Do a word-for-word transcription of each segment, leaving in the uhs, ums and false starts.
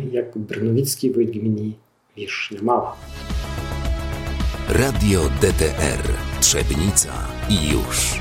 Jakub Brnowicki, wójt gminy Wierzchnia Mała. Radio D T R Trzebnica i już.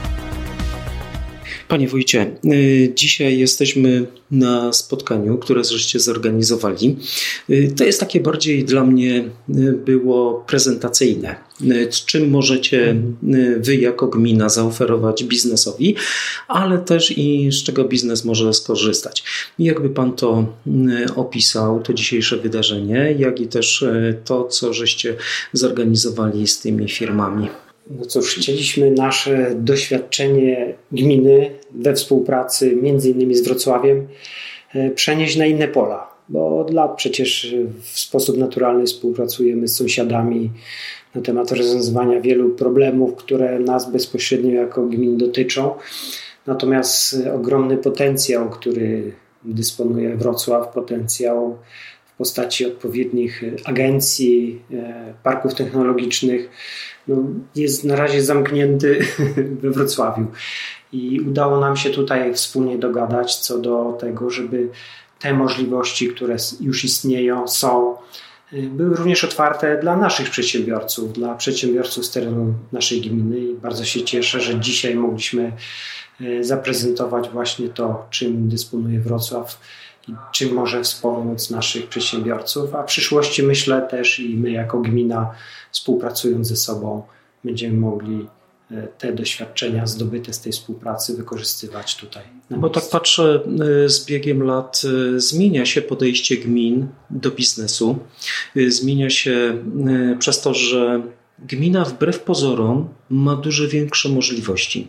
Panie wójcie, dzisiaj jesteśmy na spotkaniu, które żeście zorganizowali. To jest takie bardziej dla mnie było prezentacyjne. Czym możecie wy jako gmina zaoferować biznesowi, ale też i z czego biznes może skorzystać. Jakby pan to opisał, to dzisiejsze wydarzenie, jak i też to, co żeście zorganizowali z tymi firmami. No cóż, chcieliśmy nasze doświadczenie gminy we współpracy między innymi z Wrocławiem przenieść na inne pola, bo od lat przecież w sposób naturalny współpracujemy z sąsiadami na temat rozwiązywania wielu problemów, które nas bezpośrednio jako gmin dotyczą. Natomiast ogromny potencjał, który dysponuje Wrocław, potencjał w postaci odpowiednich agencji, parków technologicznych, no, jest na razie zamknięty we Wrocławiu. I udało nam się tutaj wspólnie dogadać co do tego, żeby te możliwości, które już istnieją, są, były również otwarte dla naszych przedsiębiorców, dla przedsiębiorców z terenu naszej gminy. I bardzo się cieszę, że dzisiaj mogliśmy zaprezentować właśnie to, czym dysponuje Wrocław i czym może wspomóc naszych przedsiębiorców, a w przyszłości myślę też i my jako gmina współpracując ze sobą będziemy mogli te doświadczenia zdobyte z tej współpracy wykorzystywać tutaj. Bo tak patrzę, z biegiem lat zmienia się podejście gmin do biznesu. Zmienia się przez to, że gmina wbrew pozorom ma dużo większe możliwości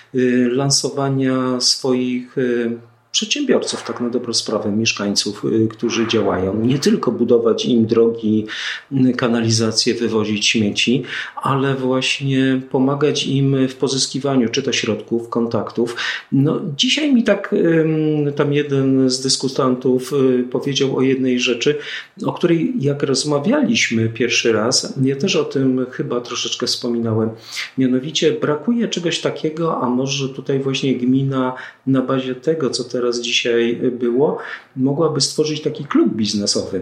lansowania swoich przedsiębiorców, tak na dobrą sprawę, mieszkańców, którzy działają. Nie tylko budować im drogi, kanalizację, wywozić śmieci, ale właśnie pomagać im w pozyskiwaniu czy to środków, kontaktów. No, dzisiaj mi tak tam jeden z dyskutantów powiedział o jednej rzeczy, o której jak rozmawialiśmy pierwszy raz, ja też o tym chyba troszeczkę wspominałem. Mianowicie brakuje czegoś takiego, a może tutaj właśnie gmina na bazie tego, co teraz dzisiaj było, mogłaby stworzyć taki klub biznesowy.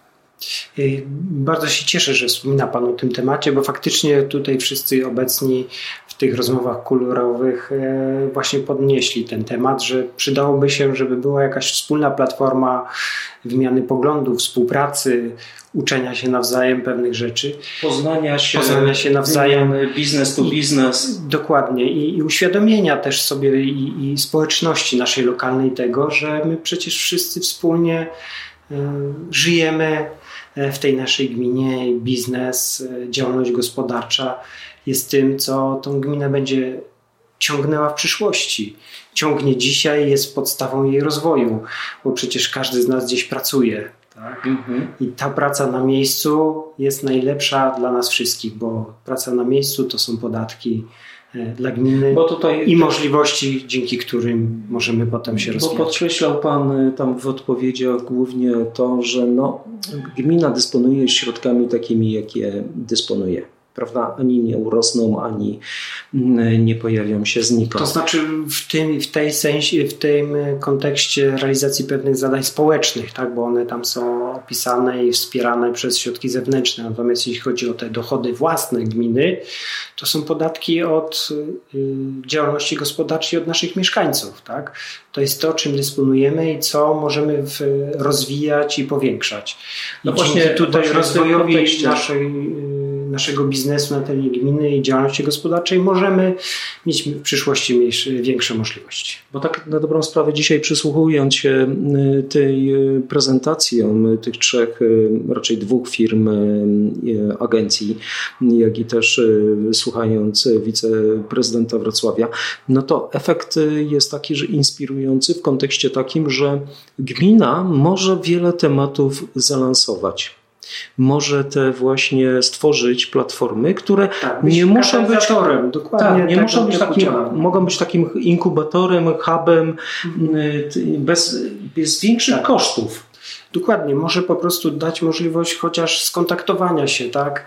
Bardzo się cieszę, że wspomina Pan o tym temacie, bo faktycznie tutaj wszyscy obecni w tych rozmowach kulurowych właśnie podnieśli ten temat, że przydałoby się, żeby była jakaś wspólna platforma wymiany poglądów, współpracy, uczenia się nawzajem pewnych rzeczy. Poznania się, poznania się nawzajem. Biznes to biznes. Dokładnie. I, i uświadomienia też sobie i, i społeczności naszej lokalnej tego, że my przecież wszyscy wspólnie y, żyjemy w tej naszej gminie i biznes, działalność gospodarcza jest tym, co tą gminę będzie ciągnęła w przyszłości. Ciągnie dzisiaj, jest podstawą jej rozwoju, bo przecież każdy z nas gdzieś pracuje. Tak? Mhm. I ta praca na miejscu jest najlepsza dla nas wszystkich, bo praca na miejscu to są podatki dla gminy bo tutaj, i możliwości, dzięki którym możemy potem się rozwijać. Bo podkreślał Pan tam w odpowiedziach głównie to, że no, gmina dysponuje środkami takimi, jakie dysponuje. Prawda? Ani nie urosną, ani nie pojawią się znikąd. To znaczy w tym, w tej sensie, w tym kontekście realizacji pewnych zadań społecznych, tak? Bo one tam są opisane i wspierane przez środki zewnętrzne. Natomiast jeśli chodzi o te dochody własne gminy, to są podatki od y, działalności gospodarczej od naszych mieszkańców. Tak? To jest to, czym dysponujemy i co możemy w, rozwijać i powiększać. I no właśnie tutaj właśnie rozwojowi naszej, y, naszego biznesu na terenie gminy i działalności gospodarczej możemy mieć w przyszłości mieć większe możliwości. Bo tak na dobrą sprawę dzisiaj przysłuchując się tej prezentacjom tych trzech, raczej dwóch firm, agencji, jak i też słuchając wiceprezydenta Wrocławia, no to efekt jest taki, że inspirujący w kontekście takim, że gmina może wiele tematów zalansować. Może te właśnie stworzyć platformy, które tak, nie muszą być dokładnie tak, nie muszą być takim, mogą być takim inkubatorem, hubem bez, bez większych tak. kosztów. Dokładnie, może po prostu dać możliwość chociaż skontaktowania się tak,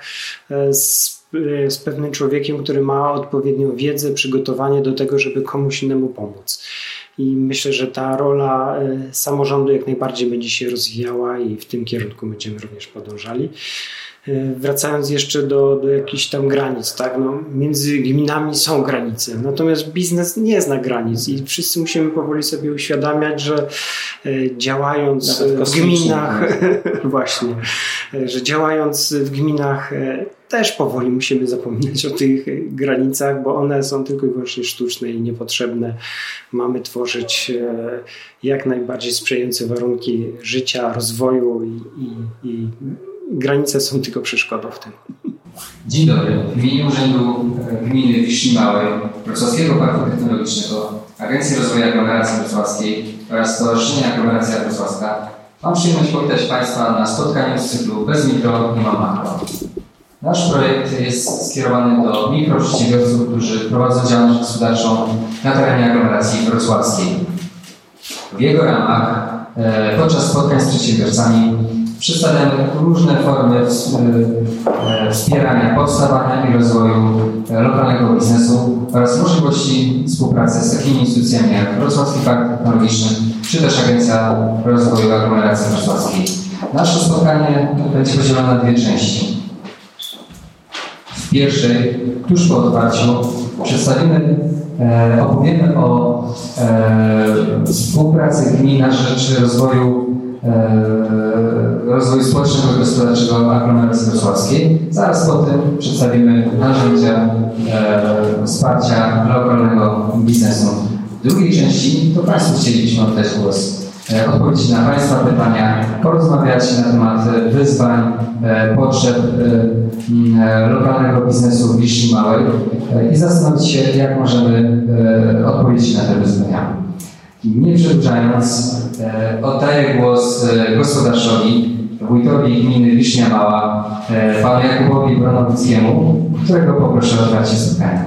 z, z pewnym człowiekiem, który ma odpowiednią wiedzę, przygotowanie do tego, żeby komuś innemu pomóc. i myślę, że ta rola samorządu jak najbardziej będzie się rozwijała i w tym kierunku będziemy również podążali. Wracając jeszcze do, do jakichś tam granic, tak? No, między gminami są granice, natomiast biznes nie zna granic i wszyscy musimy powoli sobie uświadamiać, że działając w gminach, właśnie, że działając w gminach też powoli musimy zapominać o tych granicach, bo one są tylko i wyłącznie sztuczne i niepotrzebne. Mamy tworzyć jak najbardziej sprzyjające warunki życia, rozwoju i, i, i granice są tylko przeszkodą w tym. Dzień dobry. W imieniu Urzędu Gminy Wiszni Małej, Wrocławskiego Parku Technologicznego, Agencji Rozwoju Aglomeracji Wrocławskiej oraz Stowarzyszenia Aglomeracja Wrocławska mam przyjemność powitać Państwa na spotkaniu z cyklu Bez mikro nie ma makro. Nasz projekt jest skierowany do mikroprzedsiębiorców, którzy prowadzą działalność gospodarczą na terenie aglomeracji wrocławskiej. W jego ramach e, podczas spotkań z przedsiębiorcami przedstawiamy różne formy wspierania, powstawania i rozwoju lokalnego biznesu oraz możliwości współpracy z takimi instytucjami jak Wrocławski Park Technologiczny czy też Agencja Rozwoju Aglomeracji Wrocławskiej. Nasze spotkanie będzie podzielone na dwie części. W pierwszej, tuż po otwarciu, przedstawimy, e, opowiemy o e, współpracy gmin na rzecz rozwoju rozwoju społecznego i gospodarczego aglomeracji wrocławskiej. Zaraz po tym przedstawimy narzędzia e, wsparcia lokalnego biznesu. W drugiej części to Państwu chcielibyśmy oddać głos, e, odpowiedzieć na Państwa pytania, porozmawiać na temat wyzwań, e, potrzeb e, lokalnego biznesu w Wiszni Małej e, i zastanowić się, jak możemy e, odpowiedzieć na te wyzwania. Nie przedłużając, e, oddaję głos e, gospodarzowi, wójtowi gminy Wisznia Mała, e, panu Jakubowi Bronowickiemu, którego poproszę o otwarcie spotkania.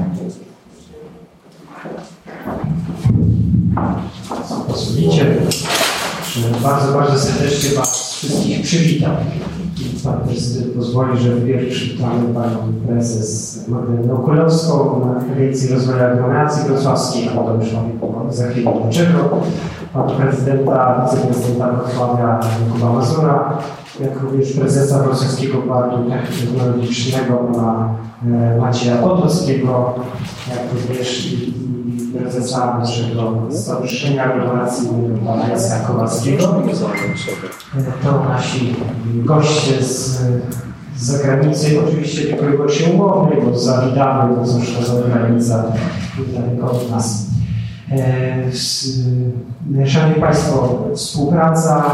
Pozwolicie, bardzo, bardzo serdecznie Was wszystkich przywitam. Pan prezydent pozwoli, że wpierw przywitamy Panią Prezes Magdalenę Okulowską na Agencji Rozwoju Aglomeracji Wrocławskiej, a potem już Wam za chwilę dlaczego. Pana Prezydenta, Wiceprezydenta Wrocławia Jakuba Mazura, jak również Prezesa Wrocławskiego Parku Technologicznego Pana Macieja Podolskiego, jak również i Prezesa naszego Stowarzyszenia Aglomeracji Pana Jacka Kowalskiego. To nasi goście z, z zagranicy, oczywiście tylko i wyłącznie umownej, bo zawitamy, to cóż to za granica daleko od nas. E, z, Szanowni Państwo, współpraca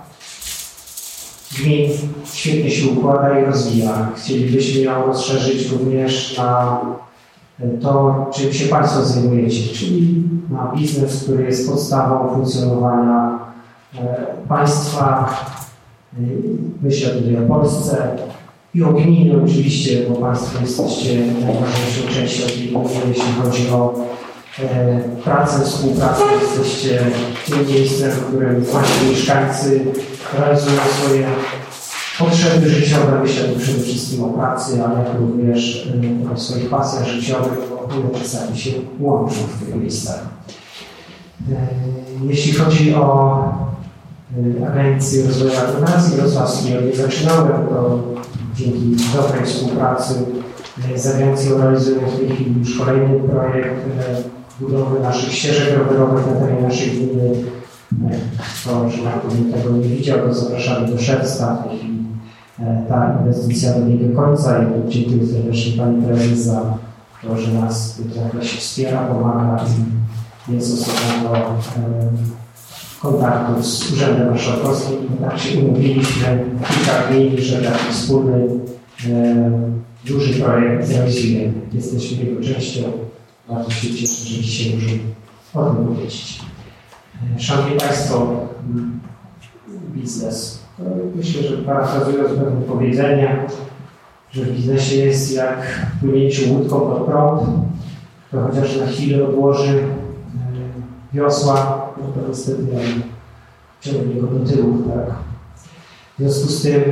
gmin świetnie się układa i rozwija. Chcielibyśmy ją rozszerzyć również na to, czym się Państwo zajmujecie, czyli na biznes, który jest podstawą funkcjonowania państwa. Myślę tutaj o Polsce i o gminie oczywiście, bo Państwo jesteście najważniejszą częścią tej gminy, jeśli chodzi o e, pracę, współpracę. Jesteście tym miejscem, w którym Wasi mieszkańcy realizują swoje potrzeby życiowe. Myślę tu przede wszystkim o pracy, ale jak również e, o swoich pasjach życiowych, bo one czasami się łączą w tych miejscach. E, jeśli chodzi o Agencji Rozwoju Aglomeracji Wrocławskiej, od niej zaczynałem, to dzięki dobrej współpracy z agencją realizujemy w tej chwili już kolejny projekt budowy naszych ścieżek rowerowych na terenie naszej gminy. Kto, że tego nie widział, to zapraszamy do Szewska. W tej chwili ta inwestycja dobiega końca i dziękuję serdecznie Pani Prezes za to, że nas w tym zakresie wspiera, pomaga i jest osobą do kontaktów z Urzędem Marszałkowskim i tak się umówiliśmy kilka dni, że taki wspólny, e, duży projekt zrealizujemy. Jesteśmy jego częścią. Bardzo się cieszę, że dzisiaj możemy o tym powiedzieć. E, Szanowni Państwo, biznes. Myślę, że parafrazując pewne powiedzenie, że w biznesie jest jak płynięcie łódką pod prąd, to chociaż na chwilę odłoży wiosła, no to niestety ciągnie go do tyłu, tak? W związku z tym,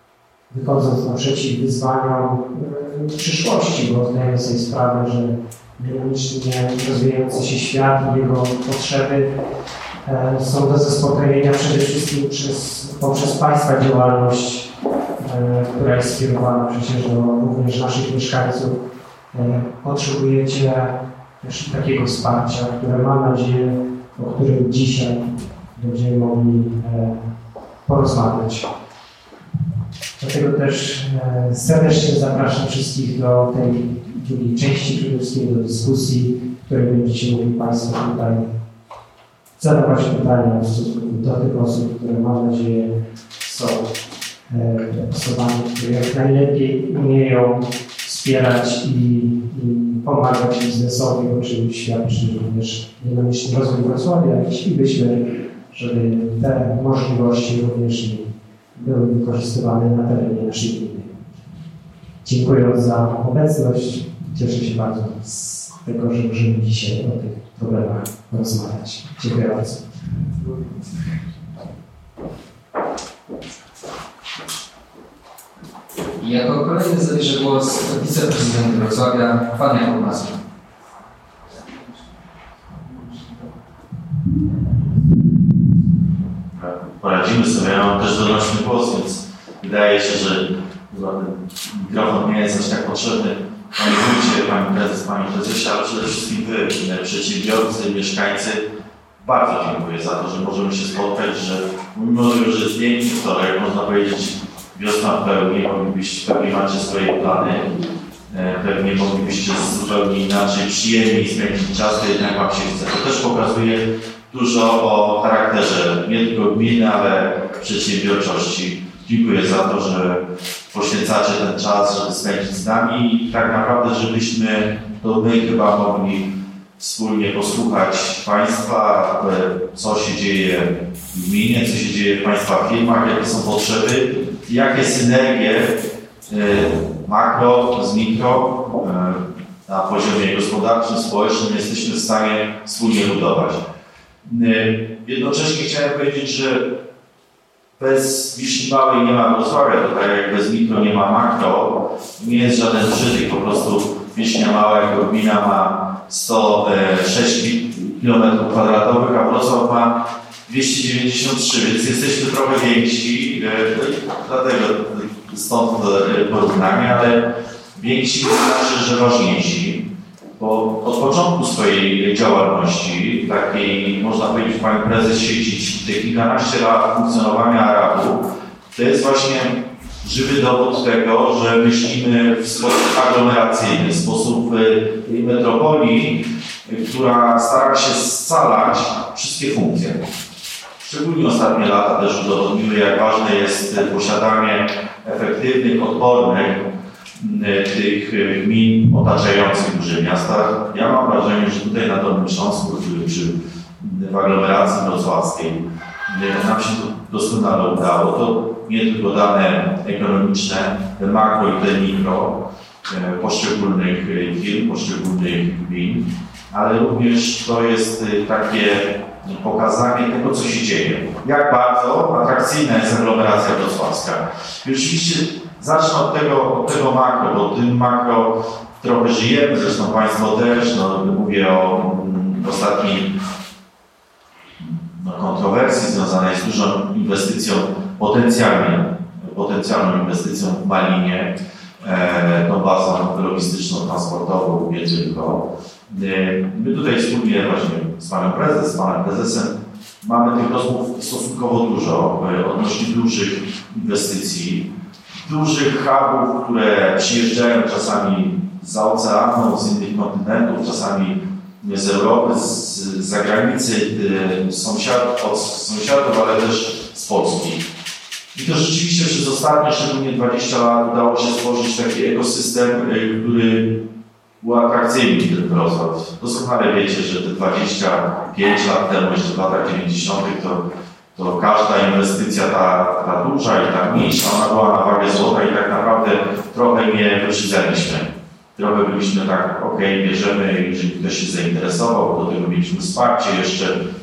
wychodząc naprzeciw wyzwaniom przyszłości, bo zdajemy sobie sprawę, że dynamicznie rozwijający się świat i jego potrzeby są do zaspokojenia przede wszystkim przez, poprzez Państwa działalność, która jest skierowana przecież do również naszych mieszkańców. Potrzebujecie też takiego wsparcia, które mam nadzieję, o którym dzisiaj będziemy mogli porozmawiać. Dlatego też serdecznie zapraszam wszystkich do tej drugiej części przede wszystkim do dyskusji, w której będziecie mogli Państwo tutaj zadawać pytania w stosunku do tych osób, które mam nadzieję są osobami, które jak najlepiej umieją wspierać i, i pomagać biznesowi, o czym świadczy również dynamiczny rozwój Wrocławia i myślę, żeby te możliwości również były wykorzystywane na terenie naszej gminy. Dziękuję za obecność. Cieszę się bardzo z tego, że możemy dzisiaj o tych problemach rozmawiać. Dziękuję bardzo. Jako kolejny zabierze głos wiceprezydent Wrocławia, pan Jakub Mazur. Poradzimy sobie, ja mam też donośny głos, więc wydaje się, że mikrofon nie jest aż tak potrzebny. Panie wójcie, pani prezes, pani prezesie, ale przede wszystkim wy, przedsiębiorcy, mieszkańcy, bardzo dziękuję za to, że możemy się spotkać, że mimo tego, że jest piękny wtorek, można powiedzieć wiosna w pełni, moglibyście, pewnie macie swoje plany, pewnie moglibyście zupełnie inaczej, przyjemniej spędzić czas, to jednak wam się chce. To też pokazuje dużo o charakterze nie tylko gminy, ale przedsiębiorczości. Dziękuję za to, że poświęcacie ten czas, żeby spędzić z nami i tak naprawdę, żebyśmy to my chyba mogli wspólnie posłuchać Państwa, co się dzieje w gminie, co się dzieje w Państwa firmach, jakie są potrzeby, jakie synergie makro z mikro na poziomie gospodarczym, społecznym jesteśmy w stanie wspólnie budować. Jednocześnie chciałem powiedzieć, że bez Wiśni Małej nie ma Wrocławia, to tak jak bez mikro nie ma makro. Nie jest żaden przytyk, po prostu Wiśnia Mała jako gmina ma sto sześć kilometrów kwadratowych, a Wrocław ma dwieście dziewięćdziesiąt trzy, więc jesteśmy trochę więksi, dlatego stąd porównanie, ale więksi to znaczy, że ważniejsi. Bo od początku swojej działalności, takiej można powiedzieć, pani prezes sieci, te kilkanaście lat funkcjonowania Arabu, to jest właśnie żywy dowód tego, że myślimy w sposób aglomeracyjny, w sposób tej metropolii, która stara się scalać wszystkie funkcje. Szczególnie ostatnie lata też udowodniły, jak ważne jest posiadanie efektywnych, odpornych tych gmin otaczających duże miasta. Ja mam wrażenie, że tutaj na Dolnym Śląsku, czy w aglomeracji wrocławskiej, nam się to doskonale udało. To nie tylko dane ekonomiczne, te makro i te mikro poszczególnych firm, poszczególnych gmin, ale również to jest takie pokazanie tego, co się dzieje. Jak bardzo atrakcyjna jest aglomeracja wrocławska. I oczywiście zacznę od tego, od tego makro, bo tym makro trochę żyjemy, zresztą Państwo też, no, mówię o mm, ostatniej no, kontrowersji związanej z dużą inwestycją, potencjalnie, potencjalną inwestycją w Malinie, e, tą bazą logistyczną, transportową, nie tylko. E, my tutaj wspólnie właśnie z Panem Prezes, z Panem Prezesem mamy tych rozmów stosunkowo dużo e, odnośnie dużych inwestycji, dużych hubów, które przyjeżdżają czasami zza oceanu, z innych kontynentów, czasami z Europy, z zagranicy, sąsiad, od sąsiadów, ale też z Polski. I to rzeczywiście przez ostatnie, szczególnie dwadzieścia lat udało się stworzyć taki ekosystem, który był atrakcyjny ten Wrocław. Doskonale wiecie, że te dwadzieścia pięć lat temu, jeszcze w latach dziewięćdziesiątych, to to każda inwestycja, ta, ta duża i ta mniejsza, ona była na wagę złota i tak naprawdę trochę nie wyprzedzaliśmy. Trochę byliśmy tak, ok, bierzemy, jeżeli ktoś się zainteresował, do tego mieliśmy wsparcie jeszcze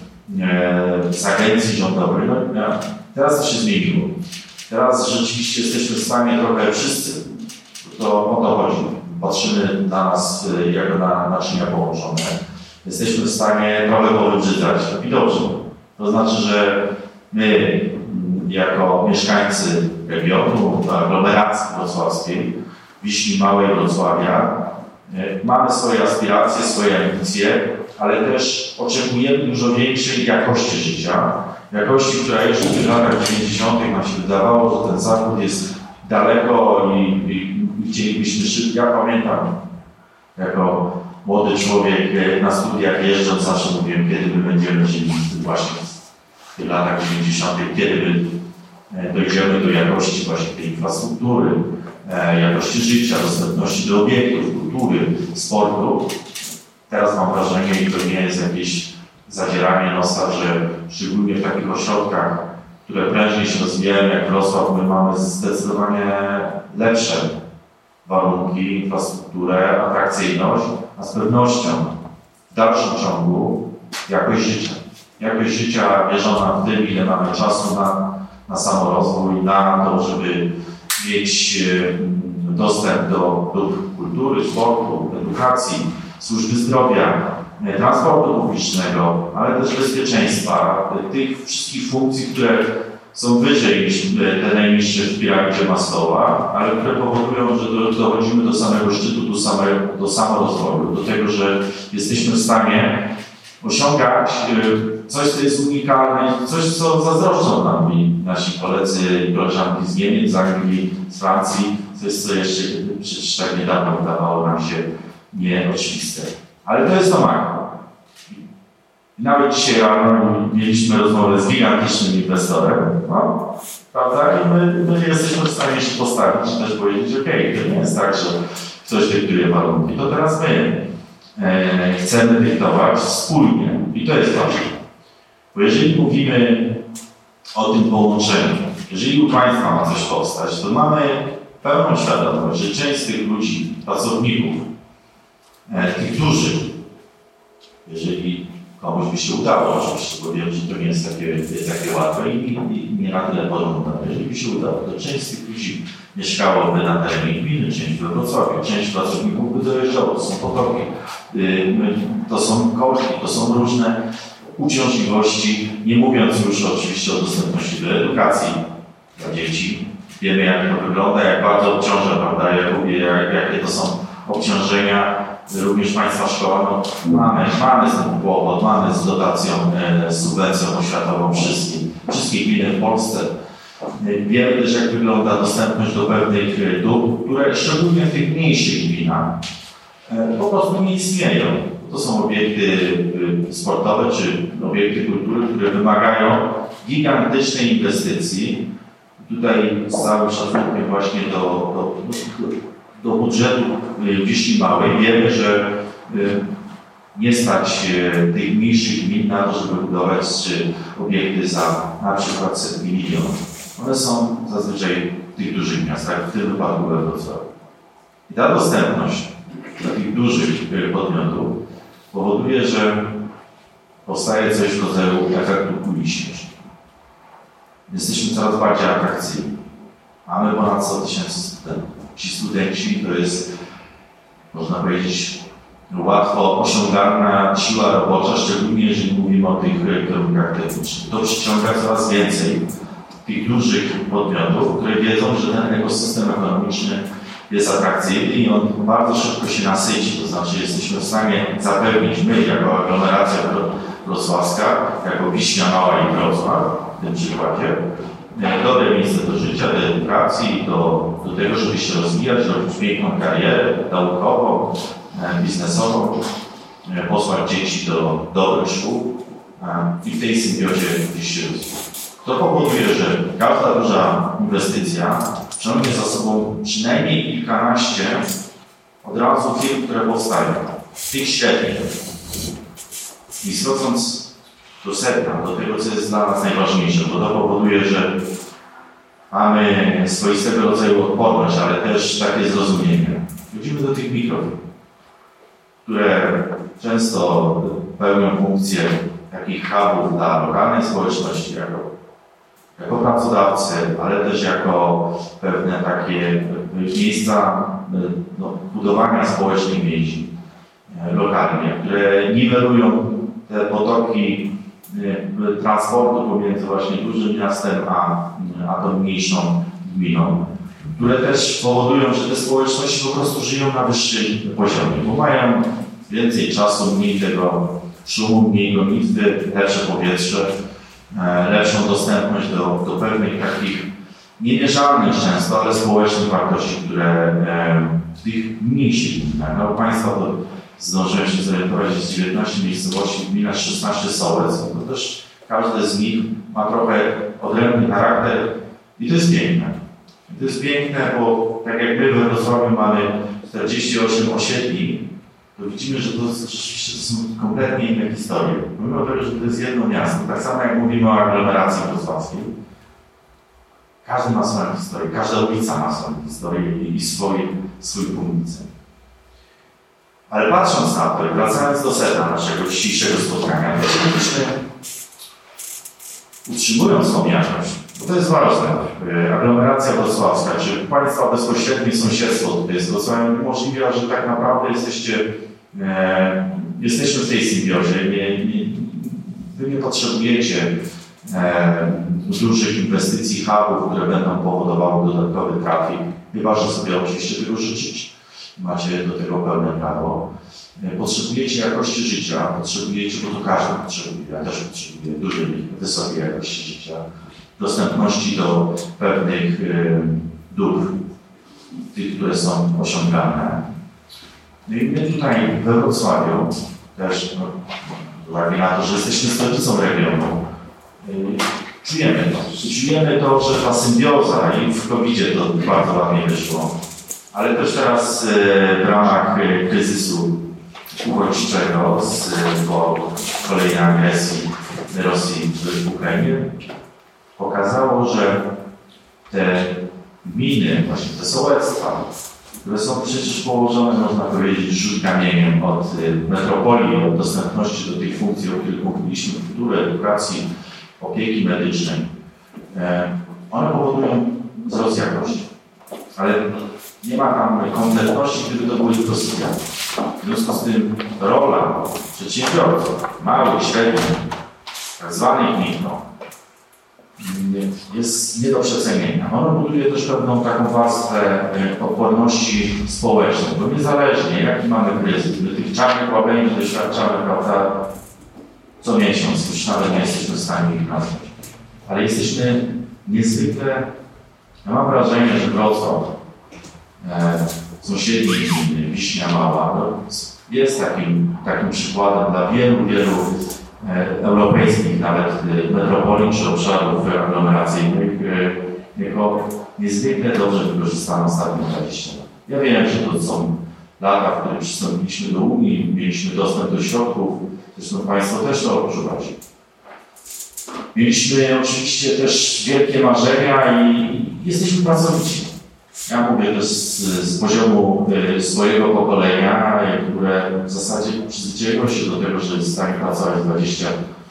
e, z agencji rządowej. No, teraz to się zmieniło. Teraz rzeczywiście jesteśmy w stanie trochę wszyscy, to o to chodzi. patrzymy na nas jako na naczynia połączone, jesteśmy w stanie trochę powybrzydzać i dobrze. To znaczy, że my jako mieszkańcy regionu, aglomeracji wrocławskiej, Wiśni Małej, Wrocławia, mamy swoje aspiracje, swoje ambicje, ale też oczekujemy dużo większej jakości życia. Jakości, która jeszcze w tych latach dziewięćdziesiątych nam się wydawało, że ten zachód jest daleko i, i, i chcielibyśmy szybko. Ja pamiętam, jako młody człowiek na studiach jeżdżąc zawsze mówiłem, kiedy my będziemy żyli właśnie w tych latach dziewięćdziesiątych, kiedy my dojdziemy do jakości właśnie tej infrastruktury, jakości życia, dostępności do obiektów, kultury, sportu. Teraz mam wrażenie, i to nie jest jakieś zadzieranie nosa, że szczególnie w takich ośrodkach, które prężniej się rozwijają jak Wrocław, my mamy zdecydowanie lepsze warunki, infrastrukturę, atrakcyjność, a z pewnością w dalszym ciągu jakość życia. Jakość życia mierzona w tym, ile mamy czasu na, na samorozwój, na to, żeby mieć dostęp do dóbr kultury, sportu, edukacji, służby zdrowia, transportu publicznego, ale też bezpieczeństwa, tych wszystkich funkcji, które są wyżej niż te najniższe w piramidzie Maslowa, ale które powodują, że dochodzimy do samego szczytu, do, samego, do samorozwoju, do tego, że jesteśmy w stanie osiągać coś, co jest unikalne, coś, co zazdroszczą nam nasi koledzy i koleżanki z Niemiec, z Anglii, z Francji, coś, co jeszcze przecież tak niedawno wydawało nam się nieoczywiste. Ale to jest to makro. Nawet dzisiaj rano mieliśmy rozmowę z gigantycznym inwestorem, no, prawda? I my, my nie jesteśmy w stanie się postawić i też powiedzieć, ok, to nie jest tak, że ktoś dyktuje warunki, to teraz my e, chcemy dyktować wspólnie. I to jest ważne. Bo jeżeli mówimy o tym połączeniu, jeżeli u Państwa ma coś powstać, to mamy pełną świadomość, że część z tych ludzi, pracowników, e, tych dużych, jeżeli komuś by się udało, oczywiście, bo wiem, że to nie jest takie, takie łatwe i, i nie na tyle porówno. Jeżeli by się udało, to część z tych ludzi mieszkałoby na terenie gminy, część we Wrocławiu, część pracowników by dojeżdżało, to są potoki, to są korki, to są różne uciążliwości, nie mówiąc już oczywiście o dostępności do edukacji dla dzieci. Wiemy, jak to wygląda, jak bardzo obciąża, prawda, jak, jak, jakie to są obciążenia. Również Państwa szkoła, no, mamy, mamy z tym kłopot, mamy z dotacją, e, z subwencją oświatową wszystkie, wszystkie gminy w Polsce. E, wiemy też, jak wygląda dostępność do pewnych dóbr, które szczególnie w tych mniejszych gminach e, po prostu nie istnieją. To są obiekty e, sportowe czy obiekty kultury, które wymagają gigantycznej inwestycji. Tutaj z całym szacunkiem właśnie do, do, do do budżetu Wiśni Małej. Wiemy, że nie stać tych mniejszych gmin na to, żeby budować obiekty za na przykład setki milionów. One są zazwyczaj w tych dużych miastach, w tym wypadku we Wrocławiu. I ta dostępność dla tych dużych podmiotów powoduje, że powstaje coś w rodzaju efektu kuli śnieżnej. Jesteśmy coraz bardziej atrakcyjni. Mamy ponad sto tysięcy studentów. Ci studenci to jest, można powiedzieć, łatwo osiągalna siła robocza, szczególnie jeżeli mówimy o tych kierunkach technicznych. To przyciąga coraz więcej tych dużych podmiotów, które wiedzą, że ten ekosystem ekonomiczny jest atrakcyjny i on bardzo szybko się nasyci. To znaczy jesteśmy w stanie zapewnić my, jako aglomeracja wrocławska, jako Wiśnia Mała i Wrocław w tym przykładzie, dobre miejsce do życia, do edukacji, do, do tego, żeby się rozwijać, robić piękną karierę naukową, biznesową, posłać dzieci do dobrych szkół i w tej symbiozie gdzieś się rozwija. To powoduje, że każda duża inwestycja ciągnie za sobą przynajmniej kilkanaście od razu firm, które powstają, tych średnich. I schodząc do sedna, do tego, co jest dla nas najważniejsze, bo to powoduje, że mamy swoistego rodzaju odporność, ale też takie zrozumienie. Wchodzimy do tych mikrofirm, które często pełnią funkcję takich hubów dla lokalnej społeczności, jako, jako pracodawcy, ale też jako pewne takie miejsca no, budowania społecznych więzi lokalnie, które niwelują te potoki transportu pomiędzy właśnie dużym miastem a, a tą mniejszą gminą, które też powodują, że te społeczności po prostu żyją na wyższym poziomie, bo mają więcej czasu, mniej tego szumu, mniej gonitwy, lepsze powietrze, lepszą dostępność do, do pewnych takich niemierzalnych często, ale społecznych wartości, które w tych mniejszych gminach, no Państwa to zdążyłem się zorientować, że z dziewiętnastu miejscowości gmina szesnaście sołectw, to też każde z nich ma trochę odrębny charakter i to jest piękne. I to jest piękne, bo tak jak my we Wrocławiu mamy czterdzieści osiem osiedli, to widzimy, że to rzeczywiście to są kompletnie inne historie. Mimo tego, że to jest jedno miasto, tak samo jak mówimy o aglomeracji wrocławskiej, każdy ma swoją historię, każda ulica ma swoją historię i swój, swój punkt widzenia. Ale patrząc na to i wracając do sedna naszego dzisiejszego spotkania, to myśmy, utrzymując tą jakość, bo to jest ważne, aglomeracja wrocławska, czy Państwa bezpośrednie sąsiedztwo tutaj z Wrocławiem umożliwia, że tak naprawdę jesteście, e, jesteśmy w tej symbiozie. Nie, nie, wy nie potrzebujecie e, dużych inwestycji, hubów, które będą powodowały dodatkowy trafik, chyba że sobie oczywiście tego życzyć. Macie do tego pełne prawo. Potrzebujecie jakości życia, potrzebujecie, bo to każdy potrzebuje, ja też potrzebuję dużej, wysokiej jakości życia, dostępności do pewnych y, dóbr, tych, które są osiągane. No i my tutaj we Wrocławiu też, no, z uwagi na to, że jesteśmy stolicą regionu, y, czujemy to. Czujemy to, że ta symbioza i w kowidzie to bardzo ładnie wyszło, ale też teraz y, w ramach y, kryzysu uchodźczego z, po kolejnej agresji Rosji w Ukrainie pokazało, że te gminy, właśnie te sołectwa, które są przecież położone, można powiedzieć, rzut kamieniem od metropolii, od dostępności do tych funkcji, o których mówiliśmy, kultury, edukacji, opieki medycznej, one powodują wzrost jakości. Ale nie ma tam kompletności, gdyby to były tylko studia. W związku z tym rola przedsiębiorców, małych, średnich, tak zwanych mikro, jest nie do przecenienia. Ono buduje też pewną taką warstwę odporności społecznej, bo niezależnie jaki mamy kryzys, my tych czarnych łabędzi doświadczamy, prawda, co miesiąc, już nawet nie jesteśmy w stanie ich nazwać. Ale jesteśmy niezwykle, ja mam wrażenie, że Wrocław, e, sąsiednie gminy, Wiśnia Mała, no, jest takim, takim przykładem dla wielu, wielu e, europejskich nawet e, metropolii czy obszarów aglomeracyjnych e, jako niezwykle dobrze wykorzystano ostatnie dwadzieścia lat. Ja wiem, że to są lata, w których przystąpiliśmy do Unii, mieliśmy dostęp do środków, zresztą Państwo też to odczuwacie. Mieliśmy oczywiście też wielkie marzenia i jesteśmy pracowici. Ja mówię to z, z poziomu y, swojego pokolenia, które w zasadzie przyzwyczaiło się do tego, że jest w stanie pracować dwadzieścia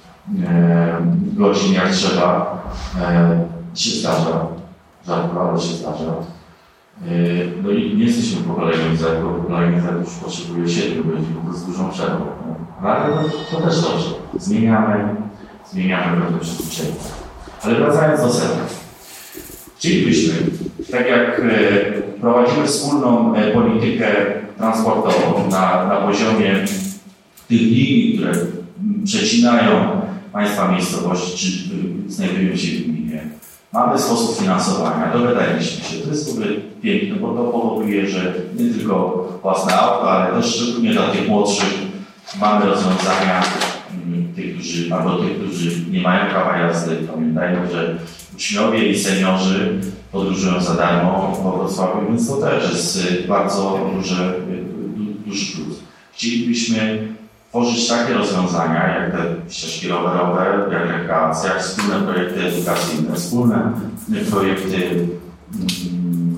godzin jak trzeba. E, się zdarza, rzadko, ale się zdarza. E, no i nie jesteśmy pokoleniem Z, bo pokolenie Z już potrzebuje siedmiu godzin z dużą przerwą. No, ale to, to też dobrze. Zmieniamy, zmieniamy pewne przyzwyczajenia. Ale wracając do sedna. Chcielibyśmy, tak jak prowadzimy wspólną politykę transportową na, na poziomie tych linii, które przecinają Państwa miejscowości, czy znajdują się w gminie, mamy sposób finansowania, dogadaliśmy się. To jest w ogóle piękne, bo to powoduje, że nie tylko własne auto, ale też szczególnie dla tych młodszych mamy rozwiązania tych, którzy, albo tych, którzy nie mają prawa jazdy. Pamiętajmy, że uczniowie i seniorzy podróżują za darmo po Wrocławiu, więc to też jest bardzo duży, duży plus. Chcielibyśmy tworzyć takie rozwiązania, jak te ścieżki rowerowe, jak rekreacja, jak wspólne projekty edukacyjne, wspólne projekty mm,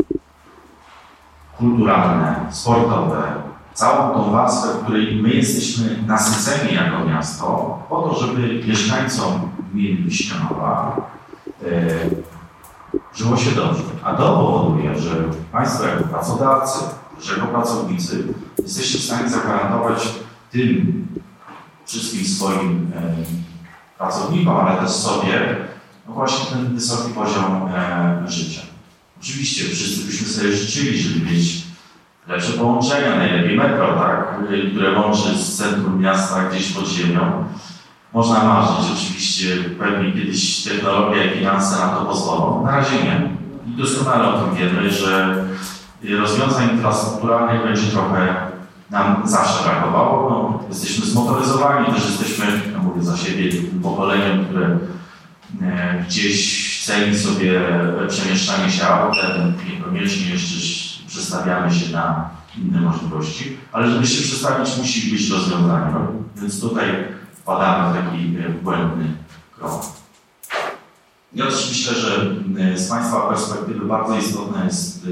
kulturalne, sportowe, całą tą warstwę, w której my jesteśmy nasyceni jako miasto, po to, żeby mieszkańcom gminy Wiśnia Mała żyło się dobrze. A to powoduje, że Państwo jako pracodawcy, że jako pracownicy jesteście w stanie zagwarantować tym wszystkim swoim e, pracownikom, ale też sobie, no właśnie ten wysoki poziom e, życia. Oczywiście wszyscy byśmy sobie życzyli, żeby mieć lepsze połączenia, najlepiej metro, tak, które łączy z centrum miasta gdzieś pod ziemią. Można marzyć, oczywiście pewnie kiedyś technologia i finanse na to pozwolą. Na razie nie. I doskonale o tym wiemy, że rozwiązań infrastrukturalnych będzie trochę nam zawsze brakowało. No, jesteśmy zmotoryzowani, też jesteśmy, ja mówię za siebie, pokoleniem, które e, gdzieś ceni sobie przemieszczanie się autem, niekoniecznie jeszcze przestawiamy się na inne możliwości, ale żeby się przestawić, musi być rozwiązanie. No, więc tutaj wpadamy w taki błędny krok. Ja też myślę, że z Państwa perspektywy bardzo istotne jest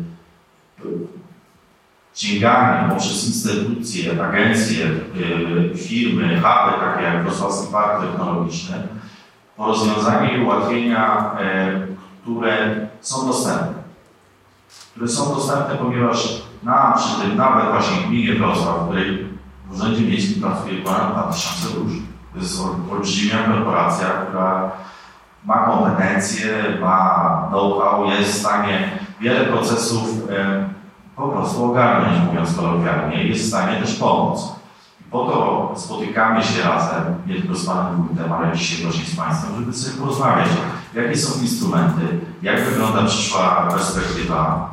sięganie poprzez instytucje, agencje, firmy, huby, takie jak Wrocławski Park Technologiczny, po rozwiązania i ułatwienia, które są dostępne. Które są dostępne, ponieważ nam przy tym, nawet właśnie w gminie Wrocław, w której w Urzędzie Miejskim pracuje ponad dwa tysiące dusz. To jest olbrzymia korporacja, która ma kompetencje, ma know-how, jest w stanie wiele procesów e, po prostu ogarnąć, mówiąc kolokwialnie, jest w stanie też pomóc. I po to spotykamy się razem, nie tylko z Panem Wójtem, ale dzisiaj właśnie z Państwem, żeby sobie porozmawiać, jakie są instrumenty, jak wygląda przyszła perspektywa,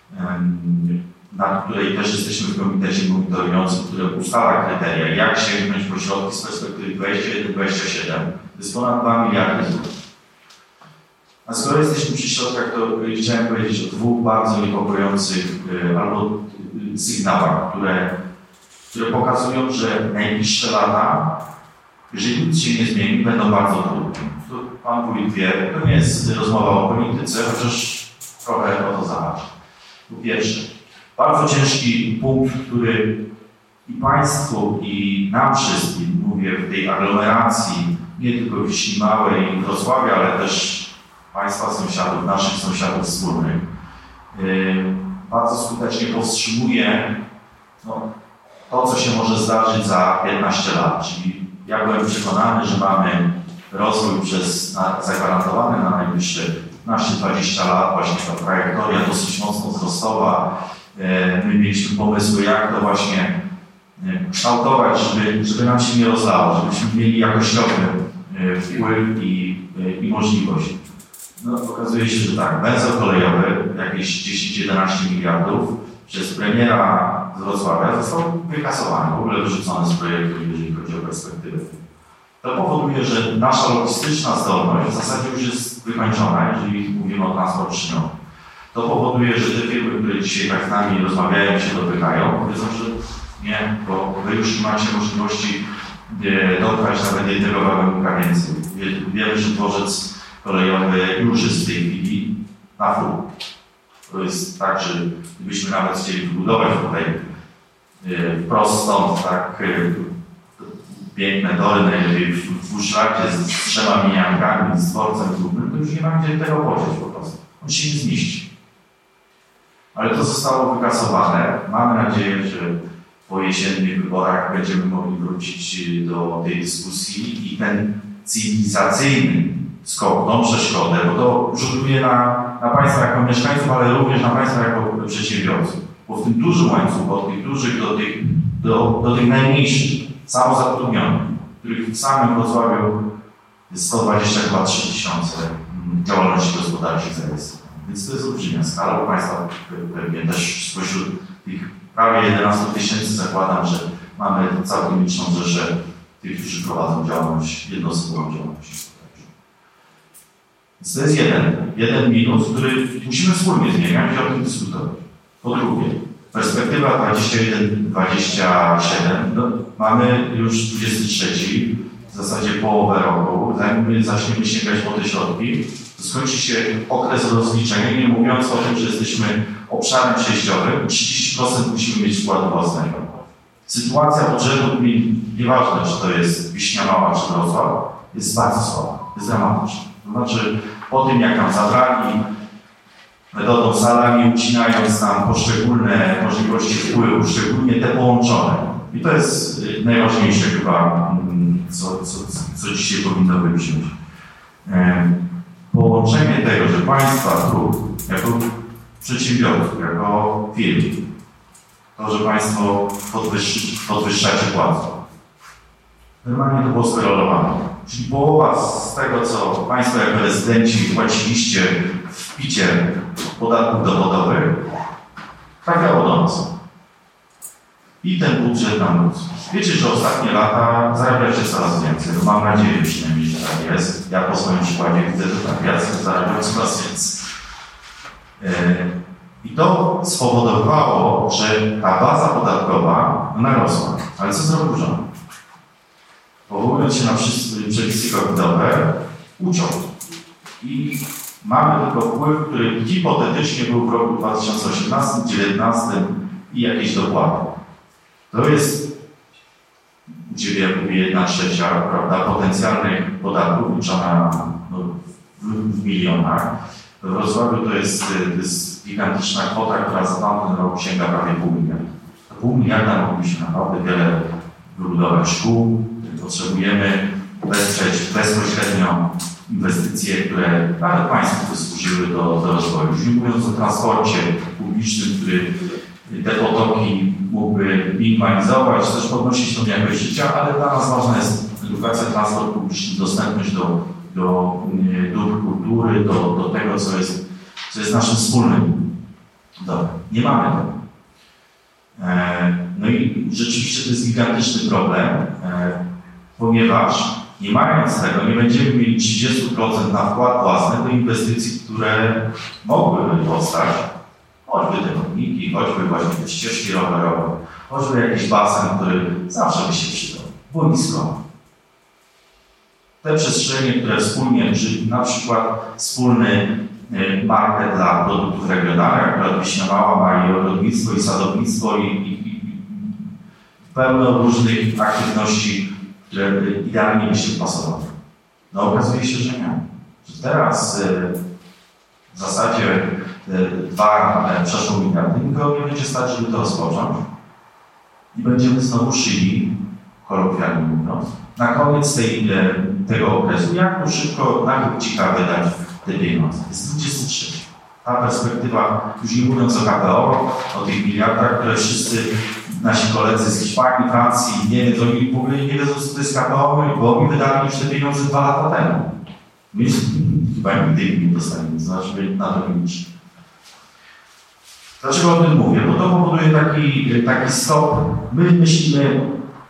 na której też jesteśmy w komitecie monitorującym, który ustala kryteria, jak sięgnąć po środki z perspektywy dwadzieścia jeden dwadzieścia siedem. To jest ponad dwa miliardy złotych. A skoro jesteśmy przy środkach, to chciałem powiedzieć o dwóch bardzo niepokojących albo sygnałach, które, które pokazują, że najbliższe lata, jeżeli nic się nie zmieni, będą bardzo trudne. To Pan Wójt wie, to nie jest rozmowa o polityce, chociaż trochę o to zahacza. Po pierwsze, bardzo ciężki punkt, który i Państwu, i nam wszystkim, mówię w tej aglomeracji, nie tylko Wiśni Małej i Wrocławia, ale też Państwa sąsiadów, naszych sąsiadów wspólnych, yy, bardzo skutecznie powstrzymuje no, to, co się może zdarzyć za piętnaście lat. Czyli ja byłem przekonany, że mamy rozwój przez, na, zagwarantowany na najbliższe piętnaście dwadzieścia lat, właśnie ta trajektoria dosyć mocno wzrostowa. My mieliśmy pomysły, jak to właśnie kształtować, żeby, żeby nam się nie rozlało, żebyśmy mieli jakościowy wpływ i, i możliwość. No, okazuje się, że tak, węzeł kolejowy, jakieś dziesięć jedenaście miliardów, przez premiera z Wrocławia został wykasowany, w ogóle wyrzucony z projektu, jeżeli chodzi o perspektywę. To powoduje, że nasza logistyczna zdolność w zasadzie już jest wykończona, jeżeli mówimy o transporcie szynowym. To powoduje, że te firmy, które dzisiaj tak z nami rozmawiają, się dopychają, powiedzą, że nie, bo wy już nie macie możliwości e, dotrwać nawet jednego wagonu więcej. Wiemy, że dworzec kolejowy już jest w tej chwili na full. To jest tak, że gdybyśmy nawet chcieli wybudować tutaj e, wprost stąd, tak, e, piękne tory, najlepiej w Uszlacie z trzema miniankami, z dworcem głównym, to już nie ma gdzie tego podzieć po prostu. On się nie zmieści. Ale to zostało wykasowane. Mamy nadzieję, że po jesiennych wyborach będziemy mogli wrócić do tej dyskusji i ten cywilizacyjny skok, tą przeszkodę, bo to rzutuje na, na Państwa jako mieszkańców, ale również na Państwa jako przedsiębiorców. Bo w tym dużym łańcuchu, od tych dużych do tych, do, do tych najmniejszych, samozatrudnionych, których w samym Wrocławiu jest sto dwadzieścia trzy tysiące działalności gospodarczych zarejestrowanych. Więc to jest olbrzymia skala, bo Państwa pewnie też spośród tych prawie jedenastu tysięcy zakładam, że mamy całkiem liczną rzeszę tych, którzy prowadzą działalność, jednoosobową działalność gospodarczą. Więc to jest jeden, jeden minus, który musimy wspólnie zmieniać i o tym dyskutować. Po drugie, perspektywa dwadzieścia jeden dwadzieścia siedem, no, mamy już dwudziesty trzeci, w zasadzie połowę roku, zanim zaczniemy sięgać po te środki, to skończy się okres rozliczenia, nie mówiąc o tym, że jesteśmy obszarem przejściowym, trzydzieści procent musimy mieć wkładu własnego. Sytuacja budżetu gmin, nieważne czy to jest Wiśnia Mała czy Wrocław, jest bardzo słaba, jest dramatyczna. To znaczy Po tym, jak nam zabrali metodą salami, ucinając nam poszczególne możliwości wpływu, szczególnie te połączone. I to jest najważniejsze chyba, co, co, co dzisiaj powinno wybrzmieć. Połączenie tego, że państwa tu, jako przedsiębiorców, jako firm, to, że państwo podwyższy, podwyższacie płacę. Normalnie to było skorelowane. Czyli połowa z tego, co państwo jako rezydenci płaciliście w picie podatków dochodowych, trafiało do nas. I ten budżet nam rósł. Wiecie, że ostatnie lata zarabiacie coraz więcej. No mam nadzieję przynajmniej, że tak jest. Ja po swoim przykładzie widzę, że tak jest, zarabiam coraz więcej. I to spowodowało, że ta baza podatkowa narosła. Ale co zrobił rząd? Powołując się na wszystkie przepisy covidowe, uciął. I mamy tylko wpływ, który hipotetycznie był w roku dwa tysiące osiemnastym, dwa tysiące dziewiętnastym i jakieś dopłaty. To jest, u Ciebie jak mówię, jedna trzecia, prawda, potencjalnych podatków liczona no, w, w milionach. W Wrocławiu to jest, to jest gigantyczna kwota, która za tamten rok sięga prawie pół miliarda. To pół miliarda moglibyśmy naprawdę wiele wybudować szkół. Potrzebujemy wesprzeć bezpośrednio inwestycje, które nawet państwu wysłużyły do, do rozwoju. Już nie mówiąc o transporcie publicznym, który te potoki mógłby minimalizować, też podnosić tą jakość życia, ale dla nas ważna jest edukacja, transport publiczny, dostępność do, do dóbr kultury, do, do tego, co jest, co jest naszym wspólnym dobrem. Nie mamy tego. No i rzeczywiście to jest gigantyczny problem, ponieważ nie mając tego, nie będziemy mieli trzydzieści procent na wkład własny do inwestycji, które mogłyby powstać, choćby te chodniki, choćby właśnie te ścieżki rowerowe, choćby jakiś basen, który zawsze by się przydał, boisko. Te przestrzenie, które wspólnie, czyli na przykład wspólny market dla produktów regionalnych, akurat Wiśnia Mała ma i ogrodnictwo, i sadownictwo, i, i, i pełno różnych aktywności, które idealnie by się pasowały. No okazuje się, że nie. Że teraz w zasadzie dwa przeszło miliardy, nikogo nie będzie stać, żeby to rozpocząć. I będziemy znowu szyli, kolokwialnie mówiąc, na koniec tej, tego okresu, jak to szybko, jak cicha wydać te pieniądze. Jest dwudziesty trzeci. Ta perspektywa, już nie mówiąc o K P O, o tych miliardach, które wszyscy nasi koledzy z Hiszpanii, Francji, Niemiec, oni w ogóle nie wiedzą, co to jest K P O, bo oni wydali już te pieniądze dwa lata temu. My chyba nigdy ich nie dostaniemy, znaczy na to nie liczy. Dlaczego o tym mówię? Bo to powoduje taki, taki stop. My myślimy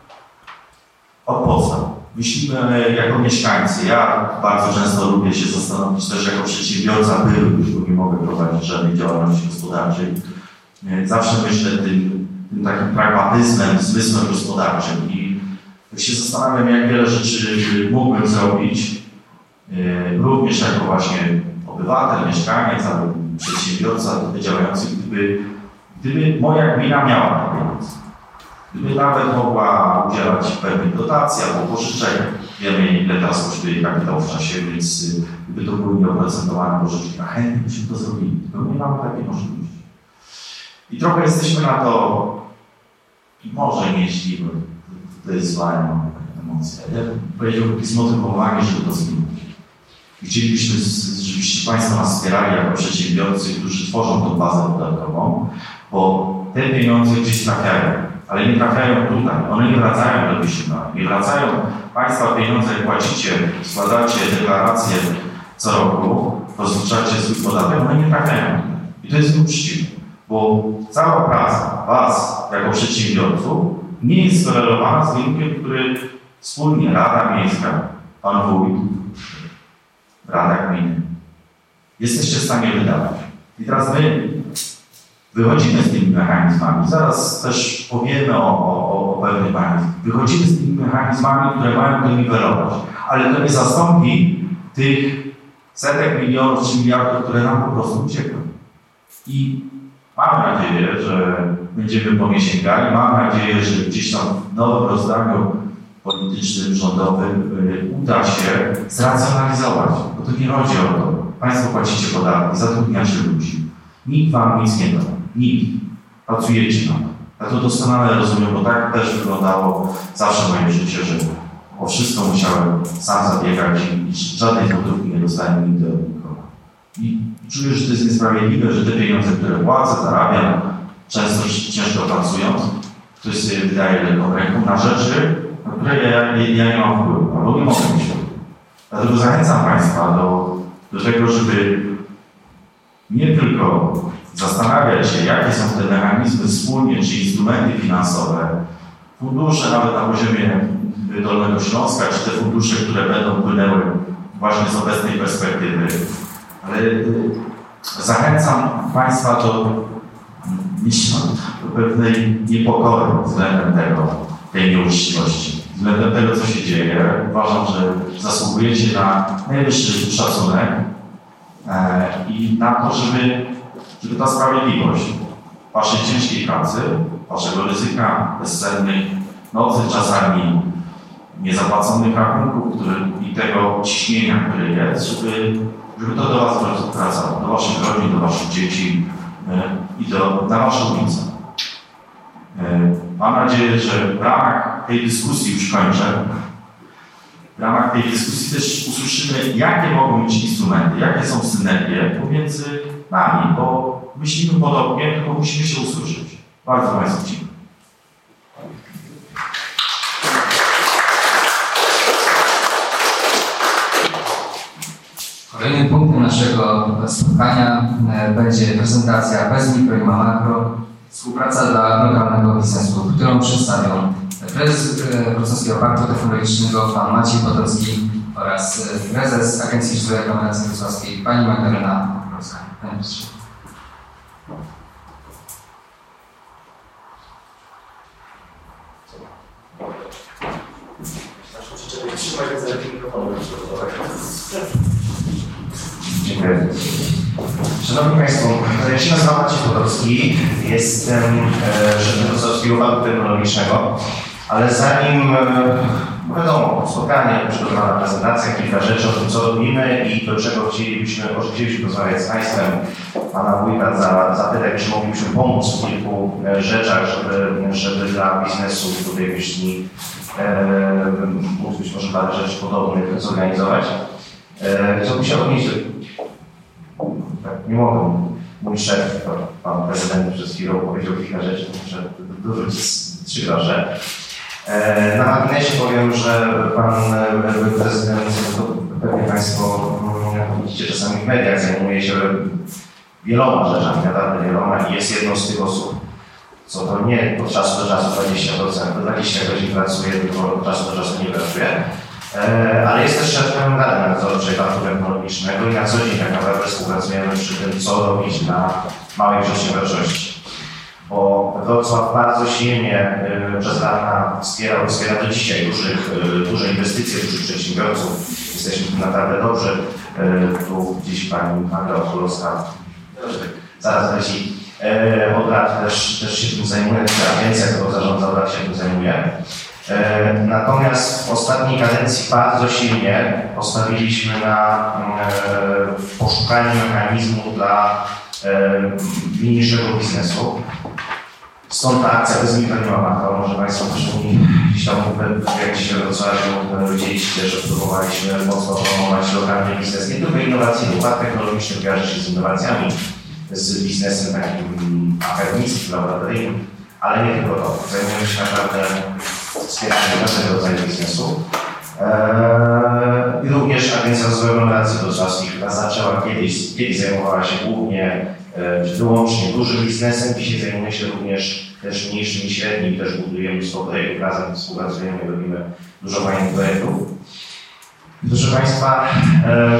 od podstaw. Myślimy jako mieszkańcy. Ja bardzo często lubię się zastanowić też jako przedsiębiorca były, już bo nie mogę prowadzić żadnej działalności gospodarczej. Zawsze myślę tym, tym takim pragmatyzmem, zmysłem gospodarczym i tak się zastanawiam, jak wiele rzeczy mógłbym zrobić, również jako właśnie obywatel, mieszkaniec, albo przedsiębiorca działający, gdyby, gdyby moja gmina miała te pieniądze. Gdyby nawet mogła udzielać pewnych dotacji albo pożyczek, wiemy ile teraz kosztuje kapitał w czasie, więc gdyby to były nieoprocentowane pożyczki, a chętnie byśmy to zrobili, tylko nie mamy takiej możliwości. I trochę jesteśmy na to, może nieźli, to jest zła emocja, ale powiedziałbym zmotywowani, żeby to zmienić. Chcielibyśmy, żebyście Państwo nas wspierali jako przedsiębiorcy, którzy tworzą tą bazę podatkową, bo te pieniądze gdzieś trafiają, ale nie trafiają tutaj. One nie wracają do Wiśnia. Nie wracają Państwa pieniądze, jak płacicie, składacie deklaracje co roku, rozliczacie swój podatek, one nie trafiają. I to jest nieuczciwe, bo cała praca Was jako przedsiębiorców nie jest skorelowana z wynikiem, który wspólnie Rada Miejska, Pan Wójt, Rada Gminy, jesteście w stanie wydawać. I teraz my wychodzimy z tymi mechanizmami. Zaraz też powiemy o, o, o pewnych mechanizmach. Wychodzimy z tymi mechanizmami, które mają to niwelować. Ale to nie zastąpi tych setek milionów czy miliardów, które nam po prostu uciekły. I mam nadzieję, że będziemy po nie sięgali. Mam nadzieję, że gdzieś tam w nowym rozdaniu politycznym, rządowym uda się zracjonalizować. Bo to nie chodzi o to, Państwo płacicie podatki, zatrudniacie ludzi. Nikt wam nic nie da. Nikt. Pracujecie na to. Ja to doskonale rozumiem, bo tak też wyglądało zawsze moje życie, że o wszystko musiałem sam zabiegać i żadnej złotówki nie dostałem nigdy od nikogo. I czuję, że to jest niesprawiedliwe, że te pieniądze, które płacę, zarabiam, często ciężko pracując, ktoś sobie wydaje lekką ręką na rzeczy, na które ja, ja, ja nie mam wpływu, albo nie mogę mieć wpływu. Dlatego zachęcam Państwa do, do tego, żeby nie tylko zastanawiać się, jakie są te mechanizmy wspólnie, czy instrumenty finansowe, fundusze nawet na poziomie Dolnego Śląska, czy te fundusze, które będą płynęły właśnie z obecnej perspektywy. Ale zachęcam Państwa do, do pewnej niepokory względem tego, tej nieuczciwości. Względem tego, co się dzieje. Uważam, że zasługujecie na najwyższy szacunek e, i na to, żeby, żeby ta sprawiedliwość Waszej ciężkiej pracy, Waszego ryzyka, bezsennych nocy, czasami niezapłaconych rachunków który, i tego ciśnienia, które jest, żeby, żeby to do Was wracało, do Waszych rodzin, do Waszych dzieci e, i do, na Waszą ulicę. E, mam nadzieję, że w ramach tej dyskusji, już kończę, w ramach tej dyskusji też usłyszymy, jakie mogą być instrumenty, jakie są synergie pomiędzy nami, bo myślimy podobnie, tylko musimy się usłyszeć. Bardzo Państwu dziękuję. Kolejnym punktem naszego spotkania będzie prezentacja bez mikro i makro, współpraca dla lokalnego biznesu, którą przedstawią prezes Wrocławskiego Parku Technologicznego pan Maciej Podolski oraz prezes Agencji Rozwoju Aglomeracji Wrocławskiej pani Magdalena Okrowska. Panie ministrze. Dziękuję. Szanowni Państwo, ja się nazywam Maciej Podolski, jestem szefem Wrocławskiego Parku Technologicznego, ale zanim, wiadomo, spotkanie, przygotowana prezentacja, kilka rzeczy o tym, co robimy i do czego chcielibyśmy, o czym chcielibyśmy rozmawiać z Państwem, Pana Wójta za, zapytać, czy moglibyśmy pomóc w kilku rzeczach, żeby, żeby dla biznesu tutaj myśli móc być może parę rzeczy podobnych zorganizować. Chciałbym się odnieść do... Tak, nie mogę. Mój szef, pan prezydent przed chwilą powiedział kilka rzeczy, muszę dorzucić trzy grosze. Na marginesie powiem, że pan prezydent, to pewnie Państwo widzicie czasami w mediach, zajmuje się wieloma rzeczami, naprawdę wieloma i jest jedną z tych osób, co to nie od czasu do czasu dwadzieścia procent, dwadzieścia godzin pracuje, tylko od czasu do czasu nie pracuje. Ale jest też szefem Rady Nadzorczej Parku Technologicznego i na co dzień tak naprawdę współpracujemy przy tym, co robić dla małej przedsiębiorczości. Bo Wrocław bardzo silnie przez lata wspierał, wspiera do dzisiaj dużych, duże inwestycje, dużych przedsiębiorców. Jesteśmy tu naprawdę dobrzy. Tu gdzieś pani Magda Okrowska zaraz leci. Od lat też, też się tym zajmuje, agencja, którą zarządza, od lat się tym zajmuje. Natomiast w ostatniej kadencji bardzo silnie postawiliśmy na poszukanie mechanizmu dla mniejszego biznesu. Stąd ta akcja bez mikro nie ma makro. Może Państwo też gdzieś tam jak się w Wrocławiu widzieliście, że próbowaliśmy mocno promować lokalny biznes, nie tylko innowacyjny. Park Technologiczny kojarzy się z innowacjami, z biznesem takim akademickim, laboratoryjnym, ale nie tylko to. Zajmujemy się naprawdę wspieraniem każdego rodzaju biznesu. Eee, I również Agencja Rozwoju Aglomeracji Wrocławskiej, która zaczęła kiedyś, kiedyś zajmowała się głównie, e, wyłącznie dużym biznesem, dzisiaj zajmuje się również też mniejszym i średnim, też budujemy mnóstwo projektów, razem współpracujemy i robimy dużo fajnych projektów. Proszę Państwa, e,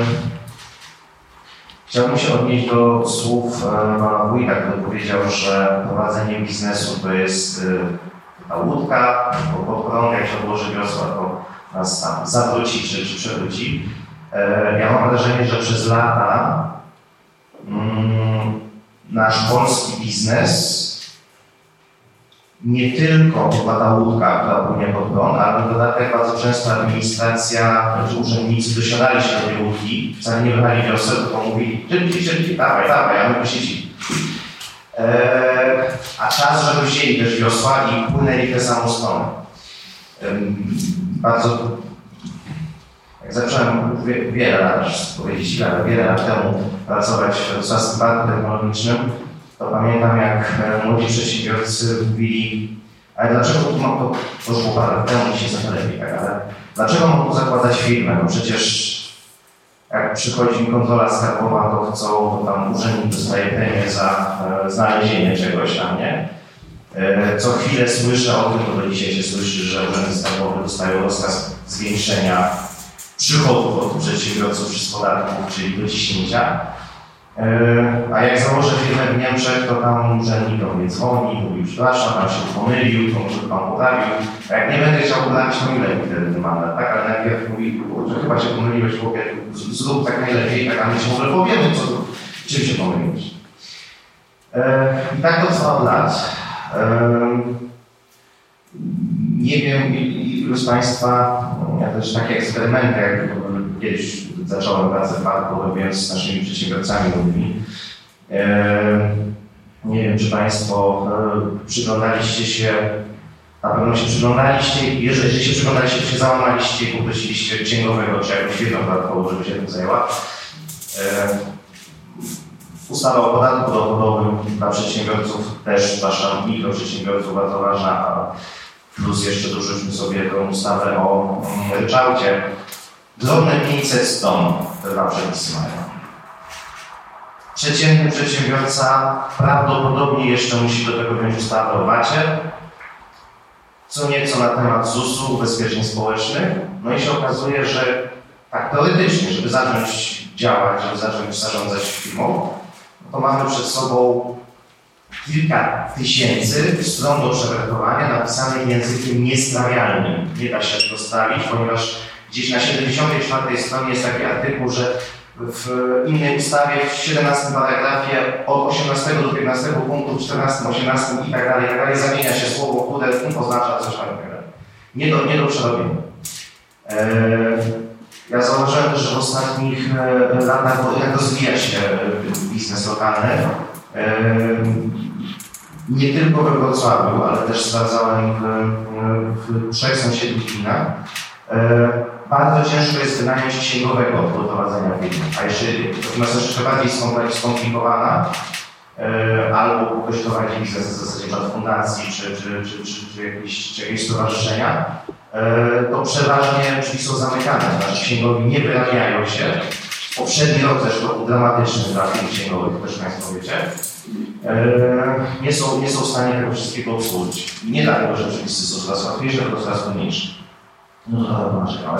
chciałbym się odnieść do słów e, pana Wójta, który powiedział, że prowadzenie biznesu to jest e, ta łódka, bo pod prąd, jak się odłoży wiosła, to nas tam zawróci czy, czy przewróci. E, ja mam wrażenie, że przez lata mm, nasz polski biznes nie tylko chyba ta łódka, która płynie pod prąd, ale na dodatek bardzo często administracja, czy urzędnicy dosiadali się do tej łódki, wcale nie wychali wiosel, tylko mówili szybciej, szybciej, dawaj, dawaj, a my posiedzimy. Eee, a czas, żeby wzięli też wiosła i płynęli w tę samą stronę. Eee, bardzo, jak zacząłem wie, wiele lat, powiedzieć ale wiele lat temu pracować w Wrocławskim Parku Technologicznym, to pamiętam, jak młodzi przedsiębiorcy mówili, ale dlaczego tu mam to, to już było parę lat temu, dzisiaj trochę lepiej, tak, ale dlaczego mam tu zakładać firmę? No przecież jak przychodzi mi kontrola skarbowa, to chcą, to tam urzędnik dostaje premię za e, znalezienie czegoś tam, nie? E, co chwilę słyszę o tym, bo do dzisiaj się słyszy, że urzędy skarbowe dostają rozkaz zwiększenia przychodów od przedsiębiorców czy z podatków, czyli do ciśnięcia. A jak założę firmę w Niemczech, to tam urzędnik do mnie dzwoni, mówi, przepraszam, tam się pomylił, to pan poprawił. A jak nie będę chciał poprawić, to mi lepiej wtedy mandat, tak? Ale najpierw mówi, że chyba się pomyliłeś, chłopie, zrób tak najlepiej, tak? A my się może powiemy, co, czym się pomyliłeś. I tak to trwa od lat. Nie wiem, ilu z Państwa, ja też takie eksperymenty, jak kiedyś zacząłem pracę w parku, robiąc z naszymi przedsiębiorcami ludźmi. Nie wiem, czy Państwo przyglądaliście się, na pewno się przyglądaliście, jeżeli się przyglądaliście, to się załamaliście i poprosiliście księgowego czy jakąś firmę podatkową, żeby się tym zajęła. Ustawa o podatku dochodowym dla przedsiębiorców, też zwłaszcza mikroprzedsiębiorców, bardzo ważna, plus jeszcze dorzućmy sobie tą ustawę o ryczałcie. Drobne pięćset ton te dwa przepisy mają. Przeciętny przedsiębiorca prawdopodobnie jeszcze musi do tego wziąć ustawę o vacie, co nieco na temat zusu, ubezpieczeń społecznych. No i się okazuje, że tak teoretycznie, żeby zacząć działać, żeby zacząć zarządzać firmą, to mamy przed sobą kilka tysięcy stron do przewertowania napisanych językiem niestrawialnym. Nie da się tego strawić, ponieważ gdzieś na siedemdziesiątej czwartej stronie jest taki artykuł, że w innej ustawie w siedemnastym paragrafie od osiemnastego do piętnastego punktu, w czternastym, osiemnastym i tak dalej, i tak dalej zamienia się słowo, które oznacza coś tam. Nie do, nie do przerobienia. Eee, ja zauważyłem też, że w ostatnich e, latach, jak rozwija się biznes lokalny, e, nie tylko we Wrocławiu, ale też sprawdzałem w, w, w trzech sąsiednich gminach. E, bardzo ciężko jest wynająć księgowego do prowadzenia firmy, a jeszcze natomiast troszeczkę bardziej skomplikowana, e, albo ktoś prowadzi biznes w zasadzie od fundacji czy, czy, czy, czy, czy, jakieś, czy jakieś stowarzyszenia, e, to przeważnie drzwi są zamykane, znaczy księgowi nie wyrabiają się. Poprzedni rok też był dramatyczny dla firm księgowych, też Państwo wiecie. E, nie, są, nie są w stanie tego wszystkiego obsłużyć. I nie dlatego, że przepisy są coraz łatwiejsze, tylko coraz trudniejsze. No to trochę narzekałem.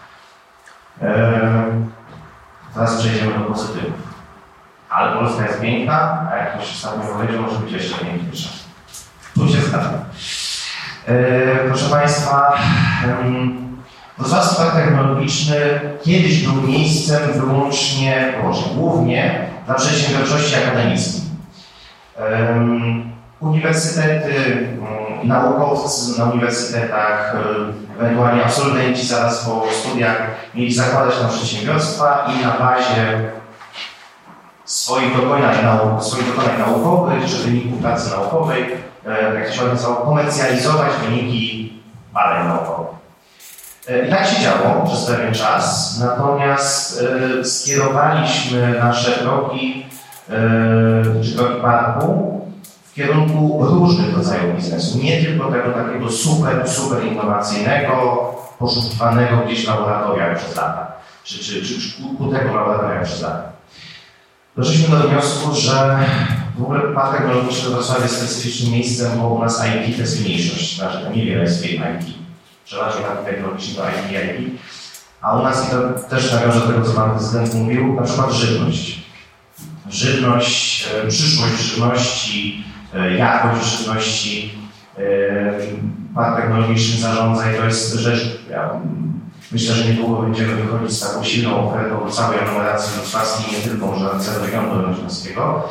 Eee, teraz przejdziemy do pozytywów. Ale Polska jest piękna, a jak ktoś ostatnio powiedział, może być jeszcze piękniejsza. Tu się zgadzam. Eee, proszę Państwa, Wrocławski Park Technologiczny kiedyś był miejscem wyłącznie, może głównie dla przedsiębiorczości akademickiej. Eee, uniwersytety, naukowcy na uniwersytetach, ewentualnie absolwenci zaraz po studiach mieli zakładać na przedsiębiorstwa i na bazie swoich dokonań, nauk, swoich dokonań naukowych czy wyników pracy naukowej, jak się nazywało, komercjalizować wyniki badań naukowych. I tak się działo przez pewien czas, natomiast e, skierowaliśmy nasze kroki, e, czy kroki parku w kierunku różnych rodzajów biznesu, nie tylko tego takiego super, super innowacyjnego, poszukiwanego gdzieś w laboratoriach przez lata, czy, czy, czy, czy kutego w laboratoriach przez lata. Doszliśmy do wniosku, że w ogóle Park Technologiczny w Wrocławiu jest specyficznym miejscem, bo u nas I T to jest mniejszość, znaczy to niewiele jest firm I T. Przeważnie Park Technologiczny to I T, I T. A u nas, i to też nawiążę do tego, co Pan Prezydent mówił, na przykład żywność. Żywność, e, przyszłość żywności, e, jakość żywności. E, Park Technologiczny zarządza i to jest rzecz, ja myślę, że niedługo będziemy wychodzić z taką silną ofertą całej aglomeracji wrocławskiej, nie tylko może na całego regionu dolnośląskiego.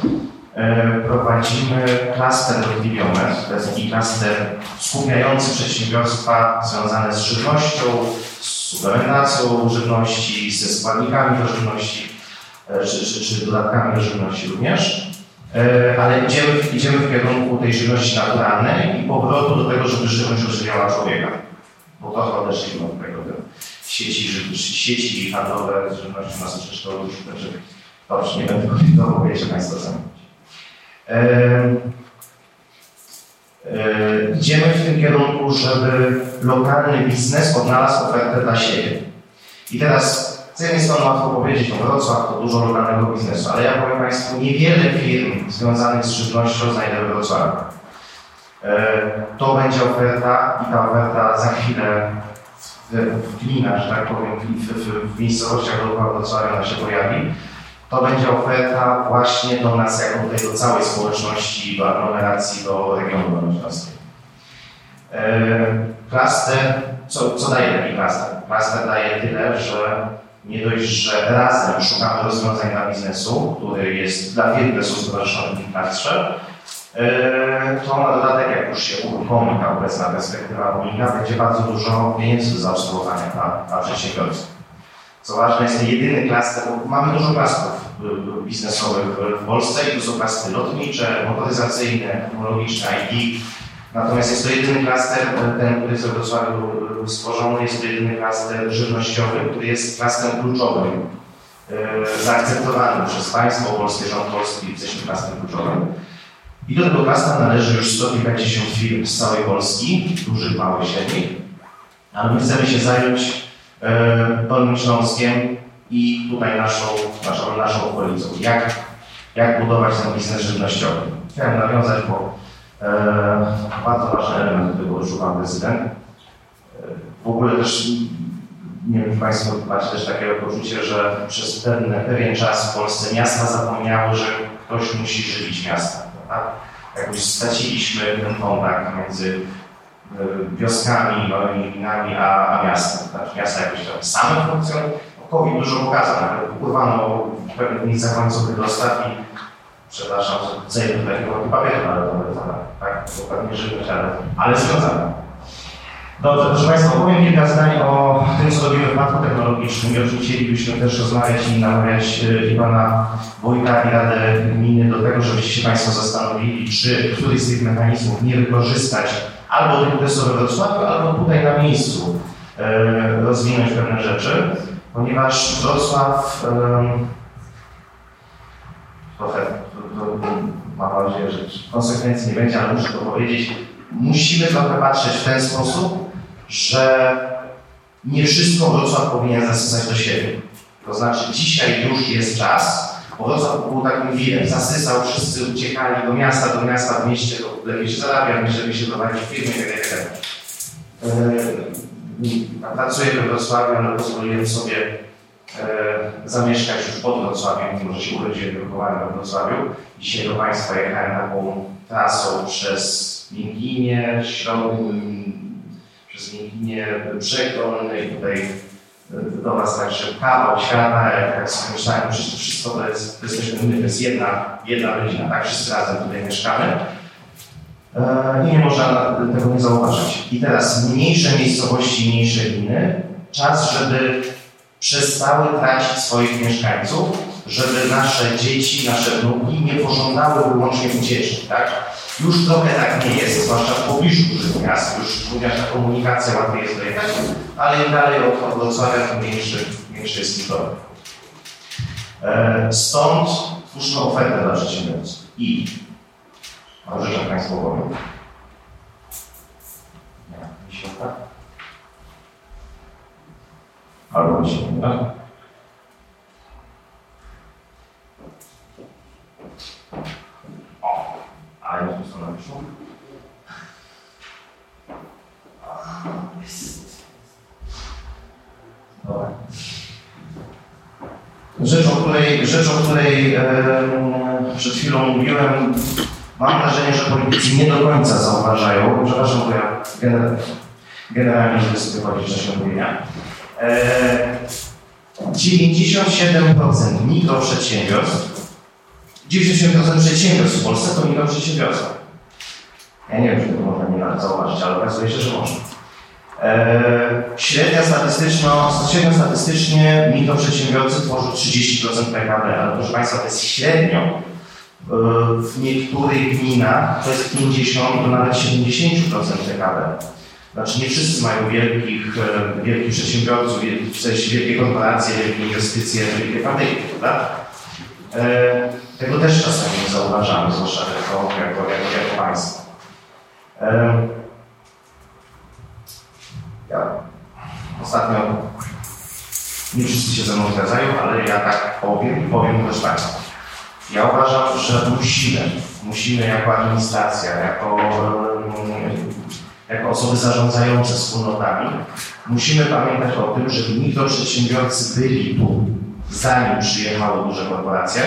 prowadzimy klaster Lotliwiomet. To jest taki klaster skupiający przedsiębiorstwa związane z żywnością, z suplementacją żywności, ze składnikami do żywności, czy, czy, czy dodatkami do żywności również. Ale idziemy, idziemy w kierunku tej żywności naturalnej i powrotu do tego, żeby żywność odżywiała człowieka. Bo to odeszliśmy od tego. Sieci, sieci handlowe z żywnością nas przeszkodzą, także dobrze, nie będę konfliktował, wiecie Państwo sami. Idziemy w tym kierunku, żeby lokalny biznes odnalazł ofertę dla siebie. I teraz z jednej strony łatwo powiedzieć, no Wrocław to dużo lokalnego biznesu, ale ja powiem Państwu, niewiele firm związanych z żywnością znajdę we Wrocławiu. To będzie oferta i ta oferta za chwilę w, w gminach, że tak powiem, w, w, w miejscowościach dookoła Wrocławia ona się pojawi. To będzie oferta właśnie do nas, jako tutaj do całej społeczności, do aglomeracji, do regionu dolnośląskiego. Klaster, co, co daje taki klaster? Klaster daje tyle, że nie dość, że razem szukamy rozwiązań dla biznesu, który jest dla firm, które są stowarzyszone w tym klastrze, to na dodatek, jak już się uruchomi ta obecna perspektywa unijna, będzie bardzo dużo pieniędzy do zaobsługowania dla, dla przedsiębiorców. Co ważne, jest to jedyny klaster, bo mamy dużo klastrów biznesowych w Polsce i to są klastry lotnicze, motoryzacyjne, technologiczne, I T. Natomiast jest to jedyny klaster, ten, który jest w Wrocławiu stworzony, jest to jedyny klaster żywnościowy, który jest klastrem kluczowym, zaakceptowany przez państwo polskie, rząd polski, jesteśmy klastrem kluczowym. I do tego klastra należy już sto kilkadziesiąt firm z całej Polski, dużych, małych, średnich, ale my chcemy się zająć Dolnym Śląskiem i tutaj naszą, naszą, naszą okolicą. Jak, jak budować ten biznes żywnościowy? Chciałem nawiązać, bo e, bardzo ważny element, którego użył Pan Prezydent. E, w ogóle też, nie wiem, Państwo macie też takiego poczucie, że przez pewien, pewien czas w Polsce miasta zapomniały, że ktoś musi żywić miasta. Tak? Jakoś straciliśmy ten kontakt między wioskami, małymi gminami, a, a miastem. Znaczy, miasta jakoś tam same funkcjonują. COVID dużo pokazał, nawet upływano w pewnych miejscach końcowych dostaw i przepraszam, że zejdę do takiego papieru, ale to tak, dokładnie żywność, ale, ale związane. Dobrze, proszę Państwa, opowiem kilka zdań o tym, co robimy w Parku Technologicznym. I oczywiście chcielibyśmy też rozmawiać i namawiać i Pana Wójta i Radę Gminy do tego, żebyście się Państwo zastanowili, czy któryś z tych mechanizmów nie wykorzystać albo tych, które są we Wrocławiu, albo tutaj na miejscu e, rozwinąć pewne rzeczy, ponieważ Wrocław e, trochę, to, to, mam nadzieję, że konsekwencji nie będzie, ale muszę to powiedzieć, musimy trochę patrzeć w ten sposób, że nie wszystko Wrocław powinien zasysać do siebie. To znaczy dzisiaj już jest czas, bo Wrocław był takim wirem, zasysał, wszyscy uciekali do miasta, do miasta, w mieście, to lepiej się zarabia, lepiej się prowadzić firmy itd. Yy, pracuję we Wrocławiu, ale pozwoliłem sobie yy, zamieszkać już pod Wrocławiem, mimo że się urodziłem, wychowałem we Wrocławiu. Dzisiaj do Państwa jechałem taką trasą przez Mięginię, Środek, przez Mięginię, Brzeg Dolny i tutaj do Was także kawał świata, jak sobie myślałem, że wszystko to jest, to jesteśmy my, to jest jedna, jedna rodzina, tak? Wszyscy razem tutaj mieszkamy i nie można tego nie zauważyć. I teraz mniejsze miejscowości, mniejsze gminy, czas, żeby przestały tracić swoich mieszkańców, żeby nasze dzieci, nasze wnuki nie pożądały wyłącznie ucieczki, tak? Już trochę tak nie jest, zwłaszcza w pobliżu dużych miast, już również ta komunikacja łatwiej jest dojechać, ale im dalej od, od Wrocławia, tym większy, większy jest ich problem. E, stąd twórzmy ofertę dla przedsiębiorców. I może, że Państwo powiem. Nie, świata. Albo się nie da. A ja tu co napiszą? Dobra. Rzecz, o której, rzecz, o której e, przed chwilą mówiłem, mam wrażenie, że politycy nie do końca zauważają, przepraszam, bo ja generalnie, generalnie żeby sobie chodzić na świątynia. E, dziewięćdziesiąt siedem procent mikroprzedsiębiorstw dziewięćdziesiąt procent przedsiębiorstw w Polsce to mikroprzedsiębiorstwa. Ja nie wiem, czy to można nie nawet zauważyć, ale okazuje się, że można. Eee, średnia statystyczna, średnio statystycznie mikroprzedsiębiorcy tworzą trzydzieści procent P K B, ale proszę Państwa, to jest średnio. W niektórych gminach to jest pięćdziesiąt do nawet siedemdziesiąt procent P K B. Znaczy nie wszyscy mają wielkich, wielkich przedsiębiorców, w sensie wielkie korporacje, wielkie inwestycje, wielkie fabryki, prawda? E, tego też czasami nie zauważamy, zwłaszcza jako, jako, jako, jako państwo. E, ja ostatnio, nie wszyscy się ze mną zgadzają, ale ja tak powiem i powiem też Państwu. Ja uważam, że musimy, musimy jako administracja, jako, jako osoby zarządzające wspólnotami, musimy pamiętać o tym, żeby mikroprzedsiębiorcy byli tu, zanim przyjechały duże korporacje.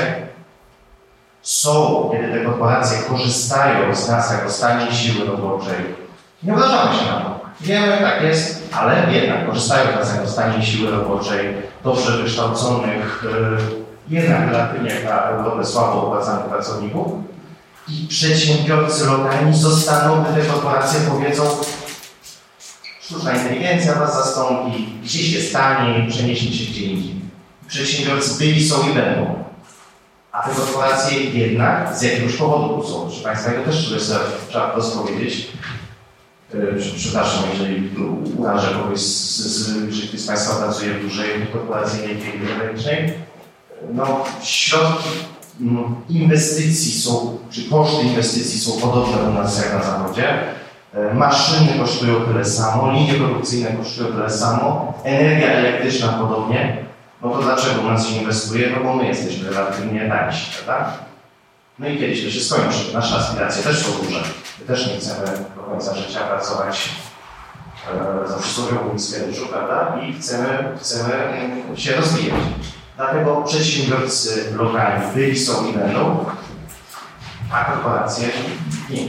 Są, kiedy te korporacje korzystają z nas jako stanie siły roboczej. Nie obrażamy się na to. Wiemy, tak jest, ale jednak korzystają z nas jako stanie siły roboczej, dobrze wykształconych, jednak relatywnie jak na Europę słabo opłacanych pracowników i przedsiębiorcy lokalni zostaną, gdy te korporacje powiedzą, sztuczna inteligencja was zastąpi, gdzieś jest taniej, przenieśmy się gdzie indziej. Przedsiębiorcy byli, są i będą. A te korporacje jednak z jakiegoś powodu są. Proszę Państwa, ja też sobie trzeba wprost powiedzieć. Przepraszam, jeżeli urażę kogoś, z, z, że ktoś z Państwa pracuje w dużej korporacyjnej firmie zagranicznej. No, środki inwestycji są, czy koszty inwestycji są podobne u nas jak na zachodzie. Maszyny kosztują tyle samo, linie produkcyjne kosztują tyle samo, energia elektryczna podobnie. No to dlaczego u nas się inwestuje? No bo my jesteśmy relatywnie tańsi, prawda? No i kiedyś to się skończy. Nasze aspiracje też są duże. My też nie chcemy do końca życia pracować e, za przysłowiową skierniczu, prawda? I chcemy, chcemy się rozwijać. Dlatego przedsiębiorcy lokalni byli, są i będą, a korporacje nie.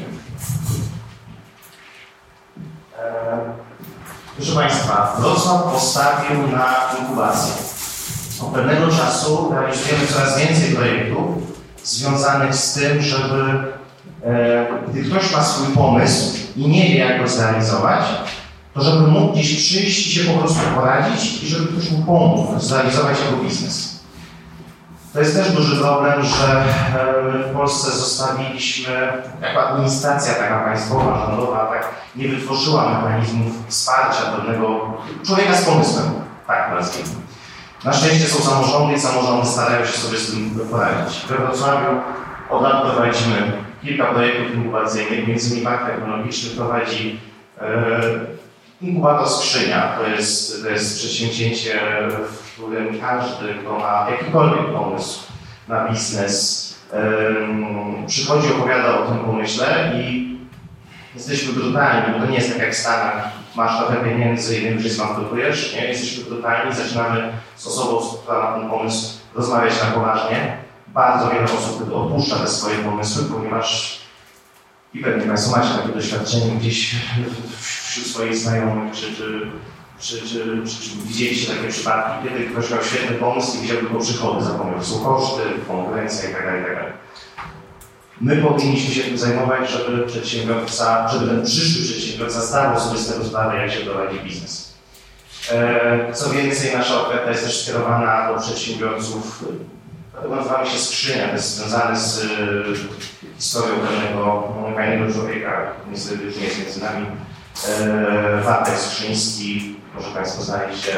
E, proszę Państwa, Wrocław postawił na inkubację. Od pewnego czasu realizujemy coraz więcej projektów związanych z tym, żeby e, gdy ktoś ma swój pomysł i nie wie, jak go zrealizować, to żeby mógł gdzieś przyjść i się po prostu poradzić i żeby ktoś mu pomógł zrealizować jego biznes. To jest też duży problem, że w Polsce zostawiliśmy, jako administracja taka państwowa, rządowa, tak nie wytworzyła mechanizmów wsparcia pewnego człowieka z pomysłem, tak nazwijmy. Na szczęście są samorządy i samorządy starają się sobie z tym poradzić. We Wrocławiu od lat prowadzimy kilka projektów inkubacyjnych, między innymi Park Technologiczny prowadzi e, inkubator Skrzynia. To jest, to jest przedsięwzięcie, w którym każdy, kto ma jakikolwiek pomysł na biznes, e, przychodzi, opowiada o tym pomyśle i jesteśmy brutalni, bo to nie jest tak jak w Stanach. Masz trochę pieniędzy i wiem, że zbankrutujesz, nie? Jesteśmy brutalni, zaczynamy z osobą, która ma ten pomysł, rozmawiać na poważnie. Bardzo wiele osób opuszcza te swoje pomysły, ponieważ i pewnie Państwo macie takie doświadczenie gdzieś wśród swoich znajomych, czy, czy, czy, czy, czy, czy widzieliście takie przypadki, kiedy ktoś miał świetny pomysł i wziął tylko przychody, zapomniał, że są koszty, konkurencja itd. itd. My powinniśmy się tym zajmować, żeby przedsiębiorca, żeby ten przyszły przedsiębiorca zdawał sobie z tego sprawę, jak się prowadzi biznes. Co więcej, nasza oferta jest też skierowana do przedsiębiorców, nazywamy się Skrzynia, to jest związane z historią pewnego fajnego człowieka, niestety już nie jest między nami, Waldek Skrzyński, może Państwo znajdziecie,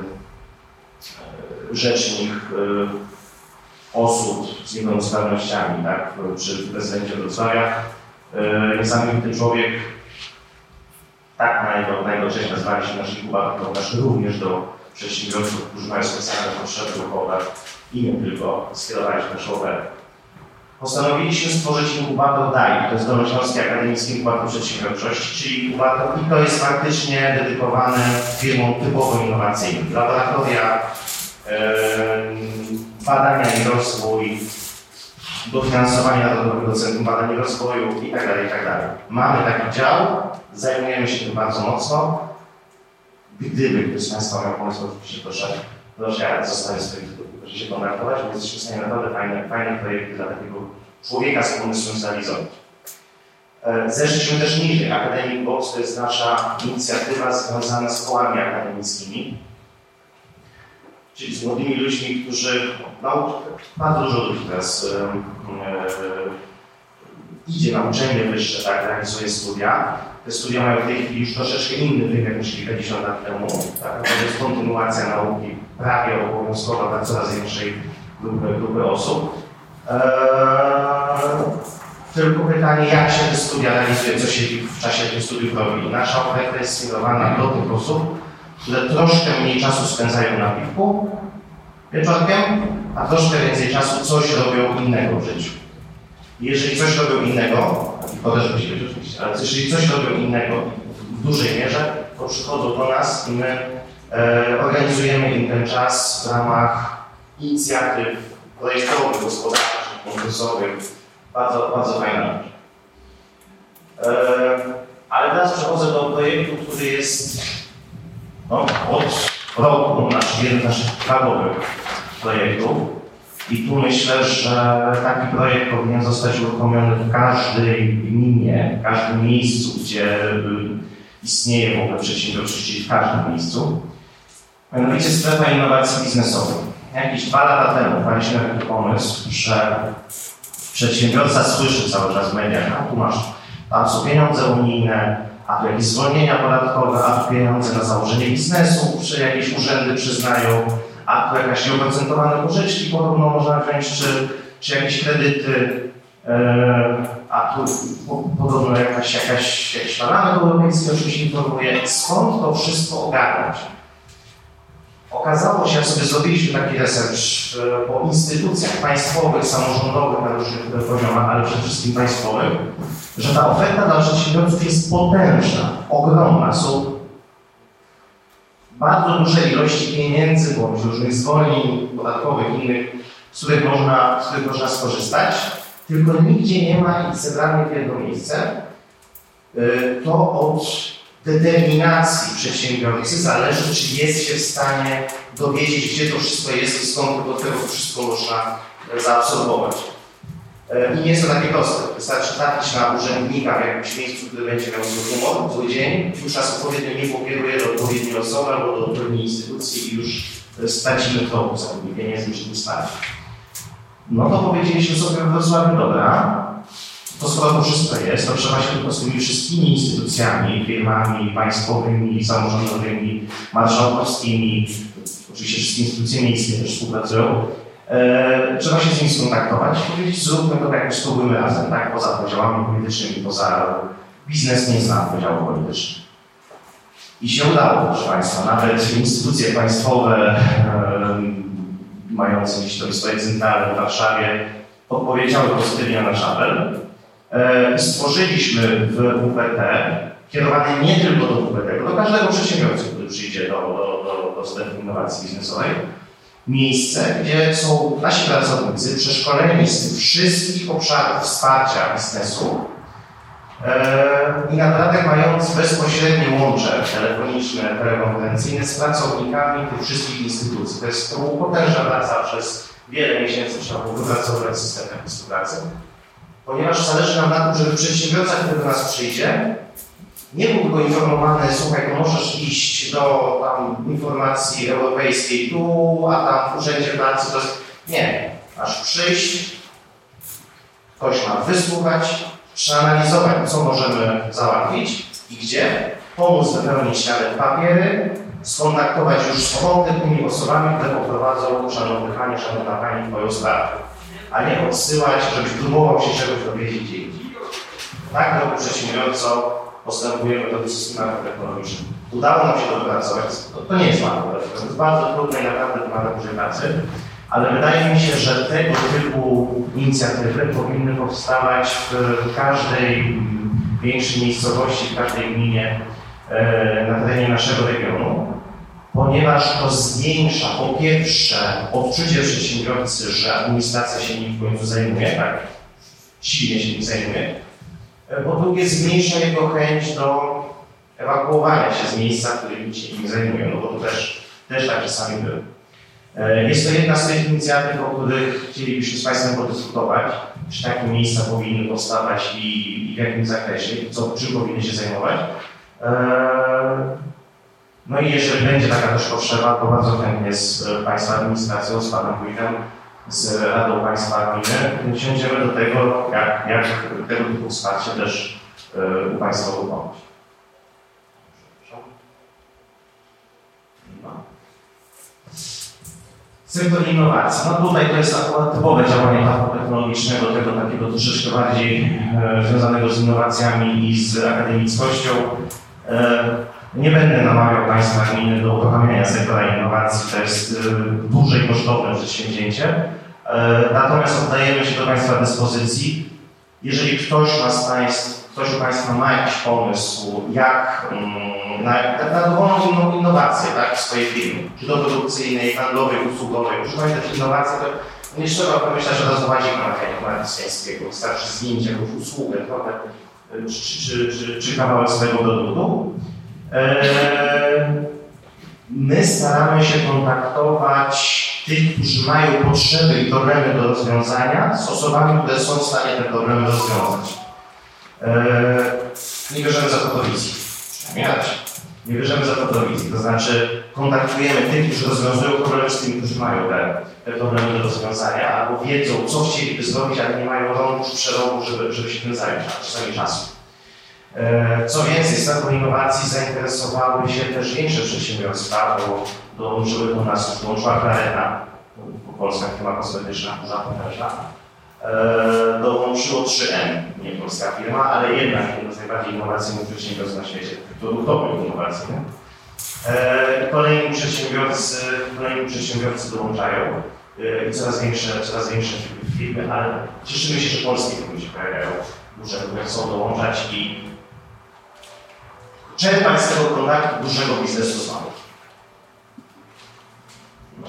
rzecznik osób z niepełnosprawnościami, tak, przy prezydencie Wrocławia. Niesamowity człowiek, tak na jego, na jego cześć nazwaliśmy nasz inkubator, nasz również do przedsiębiorców, którzy mają specjalne potrzeby ruchowe i nie tylko, skierowaliśmy naszą ofertę. Postanowiliśmy stworzyć inkubator D A I, to jest Dolnośląski Akademicki Inkubator Przedsiębiorczości, czyli inkubator i to jest faktycznie dedykowany firmom typowo innowacyjnym. Laboratoria, badania i rozwój, dofinansowanie Narodowego Centrum Badań i Rozwoju itd. itd. Mamy taki dział, zajmujemy się tym bardzo mocno. Gdyby ktoś z Państwa miał pomysł, oczywiście proszę, wdrożenia zostanie swoich że się kontraktować, bo jesteśmy w stanie naprawdę fajne, fajne projekty dla takiego człowieka z pomysłem zrealizować. Zeszliśmy też niżej. Academic Box to jest nasza inicjatywa związana z kołami akademickimi, czyli z młodymi ludźmi, którzy, no, bardzo dużo ludzi teraz e, e, idzie na uczenie wyższe, tak, realizuje studia. Te studia mają w tej chwili już troszeczkę inny wymiar niż kilkadziesiąt lat temu. Tak? To jest kontynuacja nauki prawie obowiązkowa dla coraz większej grupy, grupy osób. Eee, tylko pytanie, jak się te studia realizuje, co się w czasie tych studiów robi. Nasza oferta jest skierowana do tych osób, które troszkę mniej czasu spędzają na piwku wieczorkiem, a troszkę więcej czasu coś robią innego w życiu. Jeżeli coś robią innego, i to też musi być oczywiście, ale jeżeli coś robią innego w dużej mierze, to przychodzą do nas i my e, organizujemy im ten czas w ramach inicjatyw projektowych, gospodarczych, konkursowych. Bardzo, bardzo fajna rzecz. E, ale teraz przechodzę do projektu, który jest no, od roku nasz, jeden z naszych flagowych projektów. I tu myślę, że taki projekt powinien zostać uruchomiony w każdej gminie, w każdym miejscu, gdzie istnieje w ogóle przedsiębiorczość, czyli w każdym miejscu. Mianowicie strefa innowacji biznesowych. Jakieś dwa lata temu wpadliśmy na taki pomysł, że przedsiębiorca słyszy cały czas w mediach, a tu masz, tam są pieniądze unijne, a tu jakieś zwolnienia podatkowe, a tu pieniądze na założenie biznesu, czy jakieś urzędy przyznają, a tu jakieś nieoprocentowane pożyczki podobno można wziąć, czy, czy jakieś kredyty, yy, a tu po, podobno jakaś, jakaś, jakiś parlament europejski o czymś informuje. Skąd to wszystko ogarnąć? Okazało się, jak sobie zrobiliśmy taki research yy, po instytucjach państwowych, samorządowych na różnych poziomach, ale przede wszystkim państwowych, że ta oferta dla przedsiębiorców jest potężna, ogromna. Są bardzo duże ilości pieniędzy, bądź różnych zwolnień podatkowych innych, z których można, z których można skorzystać, tylko nigdzie nie ma i centralnie w jedno miejsce. To od determinacji przedsiębiorcy zależy, czy jest się w stanie dowiedzieć, gdzie to wszystko jest i skąd do tego wszystko można zaabsorbować. I nie jest to takie proste. Wystarczy trafić na urzędnika w jakimś miejscu, który będzie miał zły humor, zły dzień, już nas odpowiednio nie pokieruje do odpowiedniej osoby albo do odpowiedniej instytucji i już stracimy to za tymi pieniędzmi, żeby stać. No to powiedzieliśmy sobie w Wrocławiu, dobra, to skoro to wszystko jest, to trzeba się tylko z tymi wszystkimi instytucjami, firmami państwowymi, samorządowymi, marszałkowskimi, oczywiście wszystkie instytucje miejskie też współpracują, E, trzeba się z nimi skontaktować i powiedzieć, zróbmy to jak spróbujmy razem, tak? Poza podziałami politycznymi, poza biznes nie zna podziałów politycznych. I się udało, proszę Państwa, nawet instytucje państwowe e, mające gdzieś to swoje centrale w Warszawie odpowiedziały pozytywnie na nasz apel. E, stworzyliśmy w W P T, kierowane nie tylko do W P T, tylko do każdego przedsiębiorcy, który przyjdzie do, do, do, do strefy innowacji biznesowej, miejsce, gdzie są nasi pracownicy przeszkoleni z tych wszystkich obszarów wsparcia biznesu e, i naprawdę mając bezpośrednie łącze telefoniczne, telekonferencyjne z pracownikami tych wszystkich instytucji. To jest to była potężna praca, przez wiele miesięcy trzeba było wypracować system takiej współpracy, ponieważ zależy nam na tym, żeby przedsiębiorca, który do nas przyjdzie, nie był tylko informowany, słuchaj, to możesz iść do tam informacji europejskiej tu, a tam w urzędzie pracy to jest... Nie. Masz przyjść, ktoś ma wysłuchać, przeanalizować, co możemy załatwić i gdzie, pomóc wypełnić śladem papiery, skontaktować już z konkretnymi osobami, które poprowadzą, szanowny panie, szanowna pani, twoją sprawę. A nie odsyłać, żebyś próbował się czegoś dowiedzieć gdzie indziej. Tak, drogi przedsiębiorco, postępujemy do systemach technologicznych. Udało nam się to wypracować. To, to nie jest łatwe, to jest bardzo trudne i naprawdę wymaga dużej pracy, ale wydaje mi się, że tego typu inicjatywy powinny powstawać w każdej większej miejscowości, w każdej gminie e, na terenie naszego regionu, ponieważ to zwiększa po pierwsze odczucie przedsiębiorcy, że administracja się nim w końcu zajmuje, tak silnie się nim zajmuje, po drugie zmniejsza jego chęć do ewakuowania się z miejsca, w którym się nim zajmują, no bo to też, też tak czasami było. Jest to jedna z tych inicjatyw, o których chcielibyśmy z Państwem podyskutować, czy takie miejsca powinny powstawać i, i w jakim zakresie, co, czym powinny się zajmować. No i jeżeli będzie taka też potrzeba, to bardzo chętnie z Państwa administracją, z Panem Wójtem, z Radą Państwa Gminy siądziemy do tego, jak, jak tego typu wsparcie też u Państwa wykonać. No. Sektor innowacji. No tutaj to jest akurat typowe działanie parku technologicznego, tego takiego troszeczkę bardziej e, związanego z innowacjami i z akademickością. E, nie będę namawiał Państwa gminy do uruchamiania sektora innowacji, to jest e, duże i kosztowne przedsięwzięcie. E, natomiast oddajemy się do Państwa dyspozycji. Jeżeli ktoś ma z Państwa, ktoś u Państwa ma jakiś pomysł, jak um, na, na dowolną innowację, tak, w swojej firmie, czy to produkcyjnej, handlowej, usługowej, używając tych innowacji, to nie trzeba pomyśleć od razu łazik na marketingu, wystarczy zdjęcie, jakąś usługę, trochę, czy, czy, czy, czy kawałek swojego produktu. Eee, my staramy się kontaktować tych, którzy mają potrzeby i problemy do rozwiązania, z osobami, które są w stanie te problemy rozwiązać. Nie bierzemy za to prowizji, przynajmniej nie bierzemy za to prowizji, to znaczy kontaktujemy tych, którzy rozwiązują problemy z tymi, którzy mają te, te problemy do rozwiązania, albo wiedzą, co chcieliby zrobić, ale nie mają rąk czy przerobu, żeby, żeby się tym zająć, a czasami czasu. Co więcej, z taką innowacji zainteresowały się też większe przedsiębiorstwa, bo dołączyły do nas, dołączyła Clarena, polska firma kosmetyczna, duża potężna. Dołączyło trzy M, nie polska firma, ale jednak jedno z najbardziej innowacyjnych przedsiębiorstw na świecie, produktowych innowacyjnych. Kolejni przedsiębiorcy, kolejni przedsiębiorcy dołączają i coraz większe, coraz większe firmy, ale cieszymy się, że polskie firmy się pojawiają, duże, które chcą dołączać i czerpać z tego kontaktu dużego biznesu z małym. No.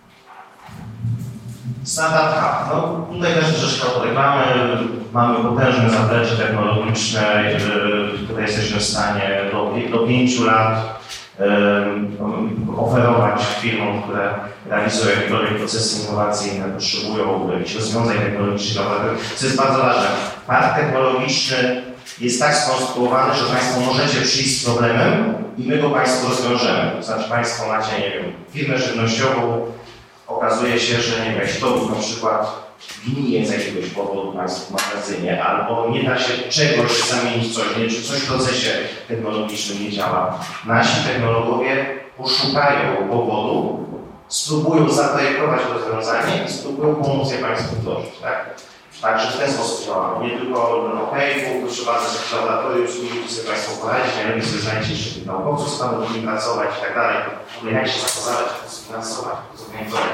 Startup Hub. No, tutaj też troszeczkę od reklamy. Mamy potężne zaplecze technologiczne, tutaj jesteśmy w stanie do, do pięciu lat um, oferować firmom, które realizują jakiekolwiek procesy innowacyjne, potrzebują jakichś rozwiązań technologicznych. Co jest bardzo ważne, park technologiczny jest tak skonstruowany, że Państwo możecie przyjść z problemem i my go Państwu rozwiążemy. To znaczy Państwo macie, nie wiem, firmę żywnościową, okazuje się, że nie wiem, produkt na przykład gnije z jakiegoś powodu Państwu w magazynie, albo nie da się czegoś zamienić coś, nie, czy coś w procesie technologicznym nie działa. Nasi technologowie poszukają powodu, spróbują zaprojektować rozwiązanie i spróbują pomóc je Państwu wdrożyć. Tak? Także w ten sposób działamy. Nie tylko, no okej, okay, proszę bardzo, w laboratorium, spróbujcie sobie Państwo poradzić, najlepiej sobie znajdziecie jeszcze tych naukowców, z Panem nimi pracować i tak dalej. Jak się zapoznać, jak to sfinansować, jak to zorganizować.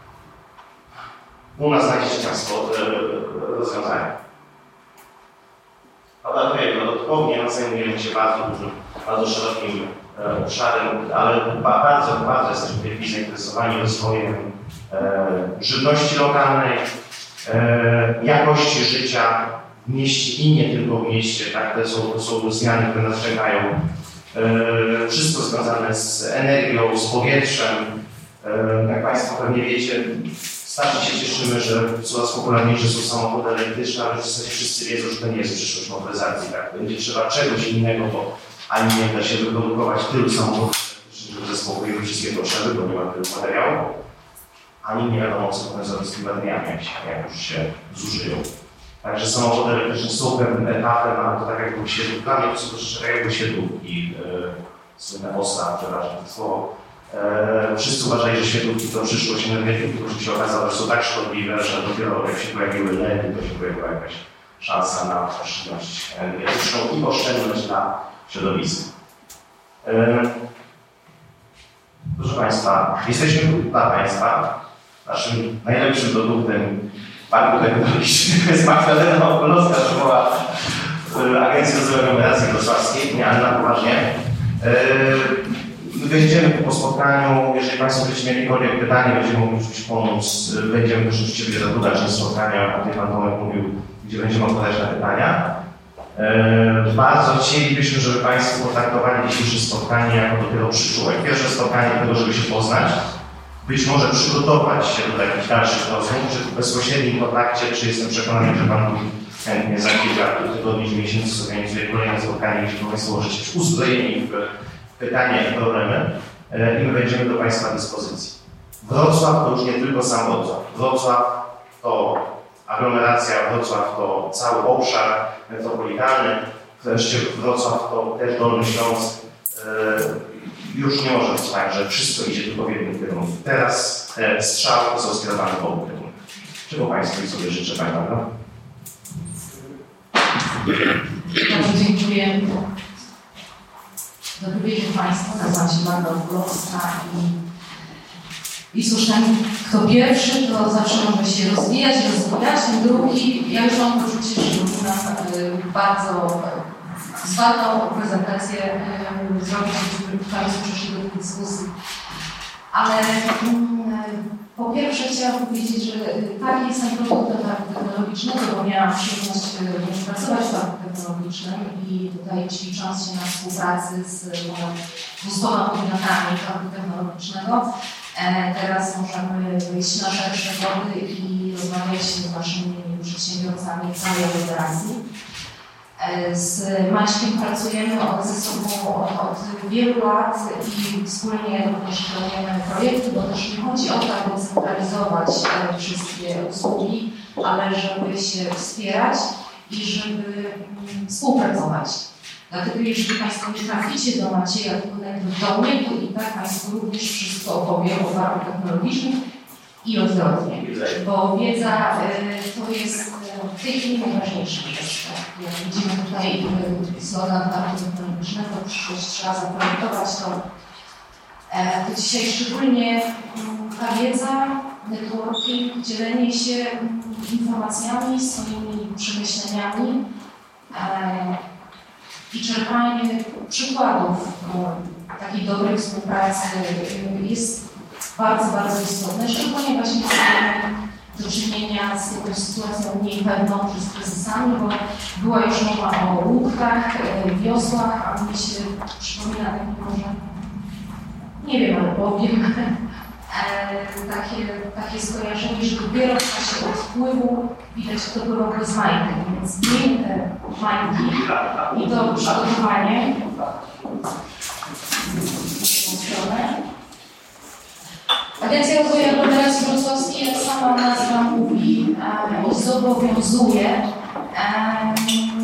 U nas znajdziecie Państwo e, rozwiązania. Laboratorium dodatkowo nas zajmujemy się bardzo dużym, bardzo szerokim e, obszarem, ale bardzo, bardzo jesteśmy w tej chwili zainteresowani rozwojem e, żywności lokalnej, E, jakości życia w mieście i nie tylko w mieście, tak? To są, to są zmiany, które nas czekają. E, wszystko związane z energią, z powietrzem. E, jak Państwo pewnie wiecie, strasznie się cieszymy, że coraz popularniejsze są samochody elektryczne, ale w zasadzie wszyscy wiedzą, że to nie jest przyszłość motoryzacji. Tak? Będzie trzeba czegoś innego, bo ani nie da się wyprodukować tylu samochodów elektrycznych, żeby zaspokoiły wszystkie potrzeby, bo nie ma tylu materiału. Ani nie wiadomo, co potem zrobić z tymi bateriami, jak, jak już się zużyją. Także samochody elektryczne są pewnym etapem, ale to tak jak były świetlówki, dla mnie to są troszeczkę jak były świetlówki, yy, słynne osta, przepraszam to słowo. Yy, wszyscy uważali, że świetlówki to przyszłość energetyki, to się okazało, że są tak szkodliwe, że dopiero jak się pojawiły L E D, to się pojawiła jakaś szansa na oszczędność energetyczną i oszczędność dla środowiska. Yy, Proszę Państwa, jesteśmy tu dla Państwa. Naszym najlepszym produktem parku technologicznego jest Magdalena Opolowska, szefowa Agencji Rozwoju Aglomeracji Wrocławskiej, nie, ale na poważnie. Będziemy po spotkaniu, jeżeli Państwo będziecie mieli jakiekolwiek pytanie, będziemy mogli oczywiście pomóc. Będziemy też oczywiście zadać część spotkania, o tym Pan Tomek mówił, gdzie będziemy odpowiadać na pytania. Bardzo chcielibyśmy, żeby Państwo potraktowali dzisiejsze spotkanie jako dopiero przyczółek. Pierwsze spotkanie tego, żeby się poznać. być może przygotować się do takich dalszych rozmów, czy w bezpośrednim kontakcie, czy jestem przekonany, że Pan chętnie za kilka tygodni czy miesięcy zorganizuje kolejne spotkanie, gdzie Państwo możecie być uzbrojeni w pytania i problemy i my będziemy do Państwa dyspozycji. Wrocław to już nie tylko sam Wrocław. Wrocław to aglomeracja, Wrocław to cały obszar metropolitalny, wreszcie Wrocław to też Dolny Śląsk. Już nie może być tak, że wszystko idzie tylko w jednym kierunku. Teraz te strzały są skierowane w obu kierunkach. Czego Państwu sobie życzę tak naprawdę? Bardzo dziękuję. Dobry wieczór Państwu. Nazywam się Magda Okulowska i, i cóż, ten, kto pierwszy, to zawsze może się rozwijać, rozwijać, ten drugi. Ja już mam poczucie, że nam bardzo zwartą prezentację yy, zrobić, żeby Państwo przyszli do tej dyskusji. Ale yy, po pierwsze chciałam powiedzieć, że tak, jestem produktem parku technologicznego, bo miałam przyjemność yy, pracować w parku technologicznym i tutaj ćwicząc się na współpracy z dwustoma podmiotami parku technologicznego, e, teraz możemy wyjść na szersze wody i rozmawiać z naszymi przedsiębiorcami całej operacji. Z Maćkiem pracujemy ze sobą od, od wielu lat i wspólnie również planujemy projekty, bo też nie chodzi o to, aby centralizować wszystkie usługi, ale żeby się wspierać i żeby współpracować. Dlatego jeżeli Państwo nie traficie do Macieja, tylko najpierw do mnie, to i tak Państwu również wszystko opowiem o parku technologicznym i odwrotnie, bo wiedza y, to jest w tej chwili najważniejsza kwestia. Jak widzimy tutaj slogan parku technologicznego, przyszłość trzeba zaprojektować, to, e, to dzisiaj szczególnie ta wiedza, networking, dzielenie się informacjami, swoimi przemyśleniami e, i czerpanie przykładów e, takiej dobrej współpracy jest bardzo, bardzo istotne, szczególnie właśnie kiedy mamy do czynienia z jakąś sytuacją mniej pewną czy z kryzysami, bo była już mowa o łódkach, wiosłach, a mi się przypomina takie może, nie wiem, ale powiem, takie, takie skojarzenie, że dopiero w czasie odpływu widać, kto było rozmaite, więc zmień te mańki i to przygotowanie. Agencja Rozwoju Aglomeracji Wrocławskiej, jak sama nazwa mówi, e, zobowiązuje, e,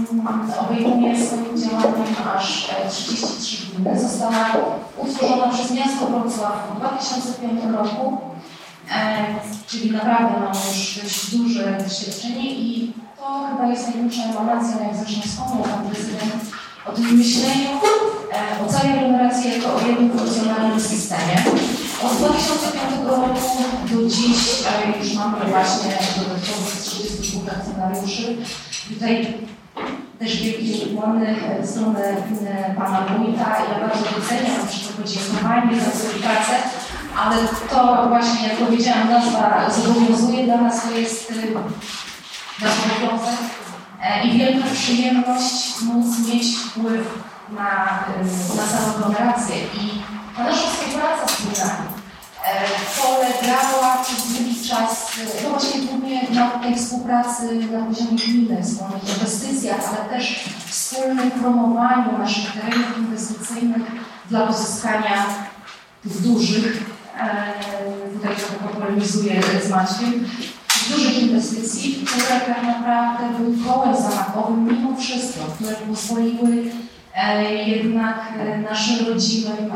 obejmuje swoim działaniem aż trzydzieści trzy gminy. Została utworzona przez miasto Wrocław w dwa tysiące piątym roku, e, czyli naprawdę mamy już dość duże doświadczenie i to chyba jest największa emanacja, jak zresztą wspomniał Pan Prezydent, o tym myśleniu e, o całej aglomeracji jako o jednym funkcjonalnym systemie. Od dwa tysiące piątego roku do dziś e, już mamy właśnie dodatkowych trzydziestu dwóch akcjonariuszy. Tutaj też wielkie ukłony w stronę e, Pana Wójta. Ja bardzo doceniam wszystko podziękowanie za współpracę, ale to właśnie, jak powiedziałam, nazwa zobowiązuje, dla nas to jest e, nasz obowiązek e, i wielka przyjemność móc mieć wpływ na, e, na samą aglomerację. I ta nasza współpraca z gminami e, polegała przez długi czas, no właśnie głównie na tej współpracy na poziomie gminy, wspólnych inwestycjach, ale też wspólnym promowaniu naszych terenów inwestycyjnych dla pozyskania tych dużych, e, tutaj trochę polemizuję z Maćkiem, dużych inwestycji, które tak naprawdę były kołem zamachowym mimo wszystko, które pozwoliły e, jednak e, naszym rodzimym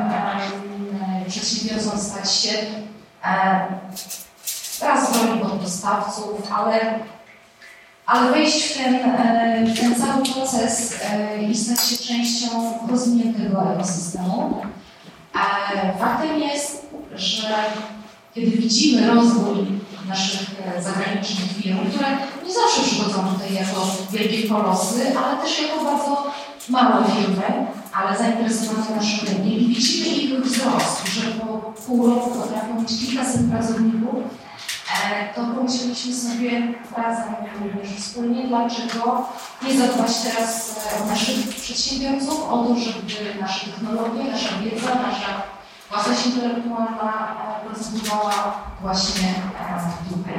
e, przedsiębiorcom stać się e, raz w roli podstawców, ale, ale wejść w ten, e, w ten cały proces e, i stać się częścią rozwiniętego ekosystemu. E, faktem jest, że kiedy widzimy rozwój naszych zagranicznych firm, które nie zawsze przychodzą tutaj jako wielkie kolosy, ale też jako bardzo małe firmy, ale zainteresowane naszym rynkiem i widzimy ich wzrost, że po pół roku potrafią mieć kilkaset pracowników, to pomyśleliśmy sobie razem również wspólnie, dlaczego nie zadbać teraz o naszych przedsiębiorców, o to, żeby nasze technologie, nasza wiedza, nasza własność intelektualna procedowała właśnie tutaj.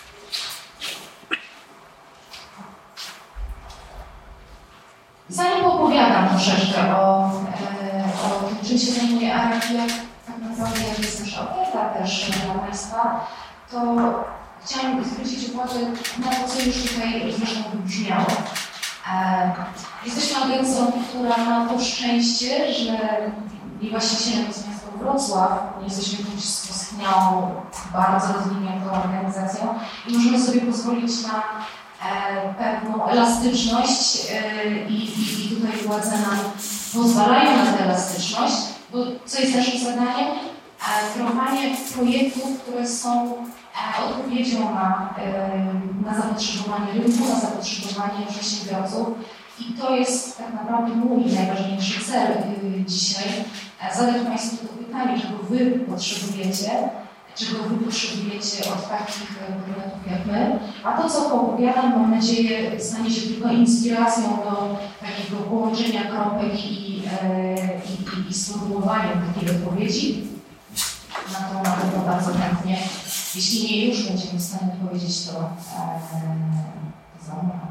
Zanim opowiadam troszeczkę o, o tym, czym się zajmuje Arek, jak tak naprawdę jak jest nasza oferta też dla Państwa, to chciałam zwrócić uwagę na to, co już tutaj zresztą wybrzmiało. Jesteśmy agencją, która ma to szczęście, że i właścicielem jest miasto Wrocław, nie jesteśmy jakąś skostniałą, bardzo rozwiniętą organizacją i możemy sobie pozwolić na e, pewną elastyczność e, i, i, i tutaj władze nam pozwalają na tę elastyczność, bo co jest naszym zadaniem? E, kreowanie projektów, które są e, odpowiedzią na, e, na zapotrzebowanie rynku, na zapotrzebowanie przedsiębiorców. I to jest tak naprawdę mój najważniejszy cel yy, dzisiaj. Zadać Państwu to pytanie, czego Wy potrzebujecie, czego Wy potrzebujecie od takich podmiotów jak my. A to, co opowiadam, mam nadzieję, stanie się tylko inspiracją do takiego połączenia kropek i, yy, i, i sformułowania takiej odpowiedzi. Na to na pewno bardzo chętnie, jeśli nie już będziemy w stanie odpowiedzieć, to yy, za mną.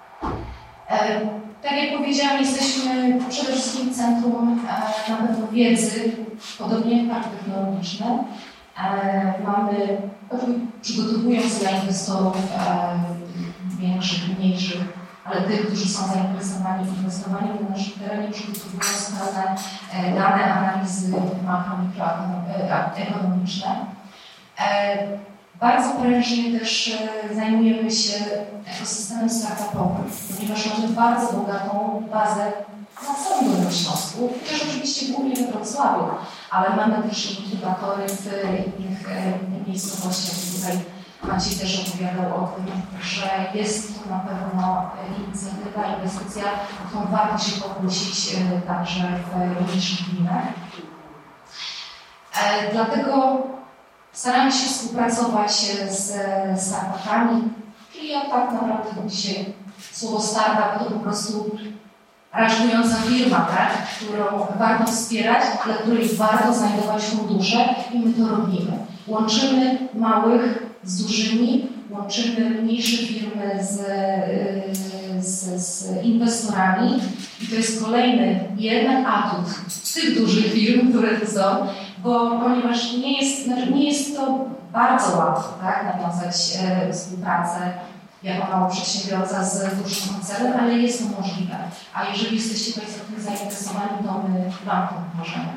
Tak jak powiedziałam, jesteśmy przede wszystkim centrum na pewno wiedzy, podobnie jak parki technologiczne. Mamy, przygotowując dla inwestorów większych, mniejszych, ale tych, którzy są zainteresowani inwestowaniem na naszym terenie, przygotowując pewne dane, analizy makro, mikroekonomiczne. Bardzo prężnie też zajmujemy się ekosystemem startupowym, ponieważ mamy bardzo bogatą bazę na całym Dolnym Śląsku, też oczywiście głównie we Wrocławiu, ale mamy też inkubatory w innych, innych miejscowościach. Tutaj Maciej też opowiadał o tym, że jest to na pewno inicjatywa, inwestycja, o którą warto się pokusić także w mniejszych gminach. Dlatego staramy się współpracować z startupami, czyli ja tak naprawdę dzisiaj słowo startup to po prostu raczkująca firma, tak? Którą warto wspierać, dla której warto znajdować fundusze i my to robimy. Łączymy małych z dużymi, łączymy mniejsze firmy z, z, z inwestorami i to jest kolejny jednak atut tych dużych firm, które tu są, bo ponieważ nie jest, nie jest to bardzo łatwo, tak, nawiązać e, współpracę jako mały przedsiębiorca z dużym koncernem, ale jest to możliwe. A jeżeli jesteście Państwo tym zainteresowani, to my Wam to pomożemy.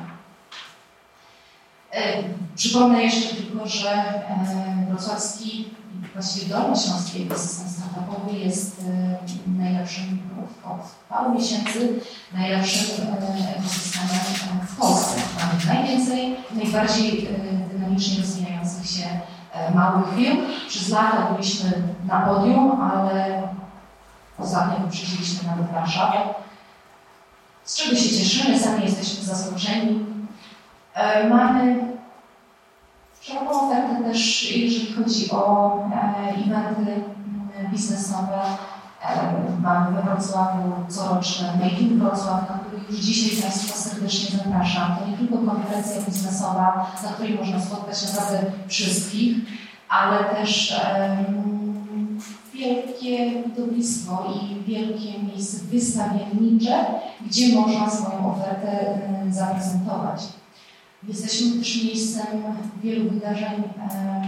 E, przypomnę jeszcze tylko, że e, wrocławski, właściwie dolnośląski ekosystem startupowy jest e, najlepszym od paru miesięcy najlepszym e, ekosystemem w Polsce. Mamy najwięcej, najbardziej e, dynamicznie rozwijających się e, małych firm. Przez lata byliśmy na podium, ale ostatnio wyprzedziliśmy nawet Warszawę. Z czego się cieszymy, sami jesteśmy zaskoczeni. E, mamy szeroką ofertę też, jeżeli chodzi o e, eventy biznesowe. E, mamy we Wrocławiu coroczny Make in Wrocław, na który już dzisiaj Państwa serdecznie zapraszam. To nie tylko konferencja biznesowa, na której można spotkać naprawdę wszystkich, ale też e, wielkie widowisko i wielkie miejsce wystawiennicze, gdzie można swoją ofertę e, zaprezentować. Jesteśmy też miejscem wielu wydarzeń e,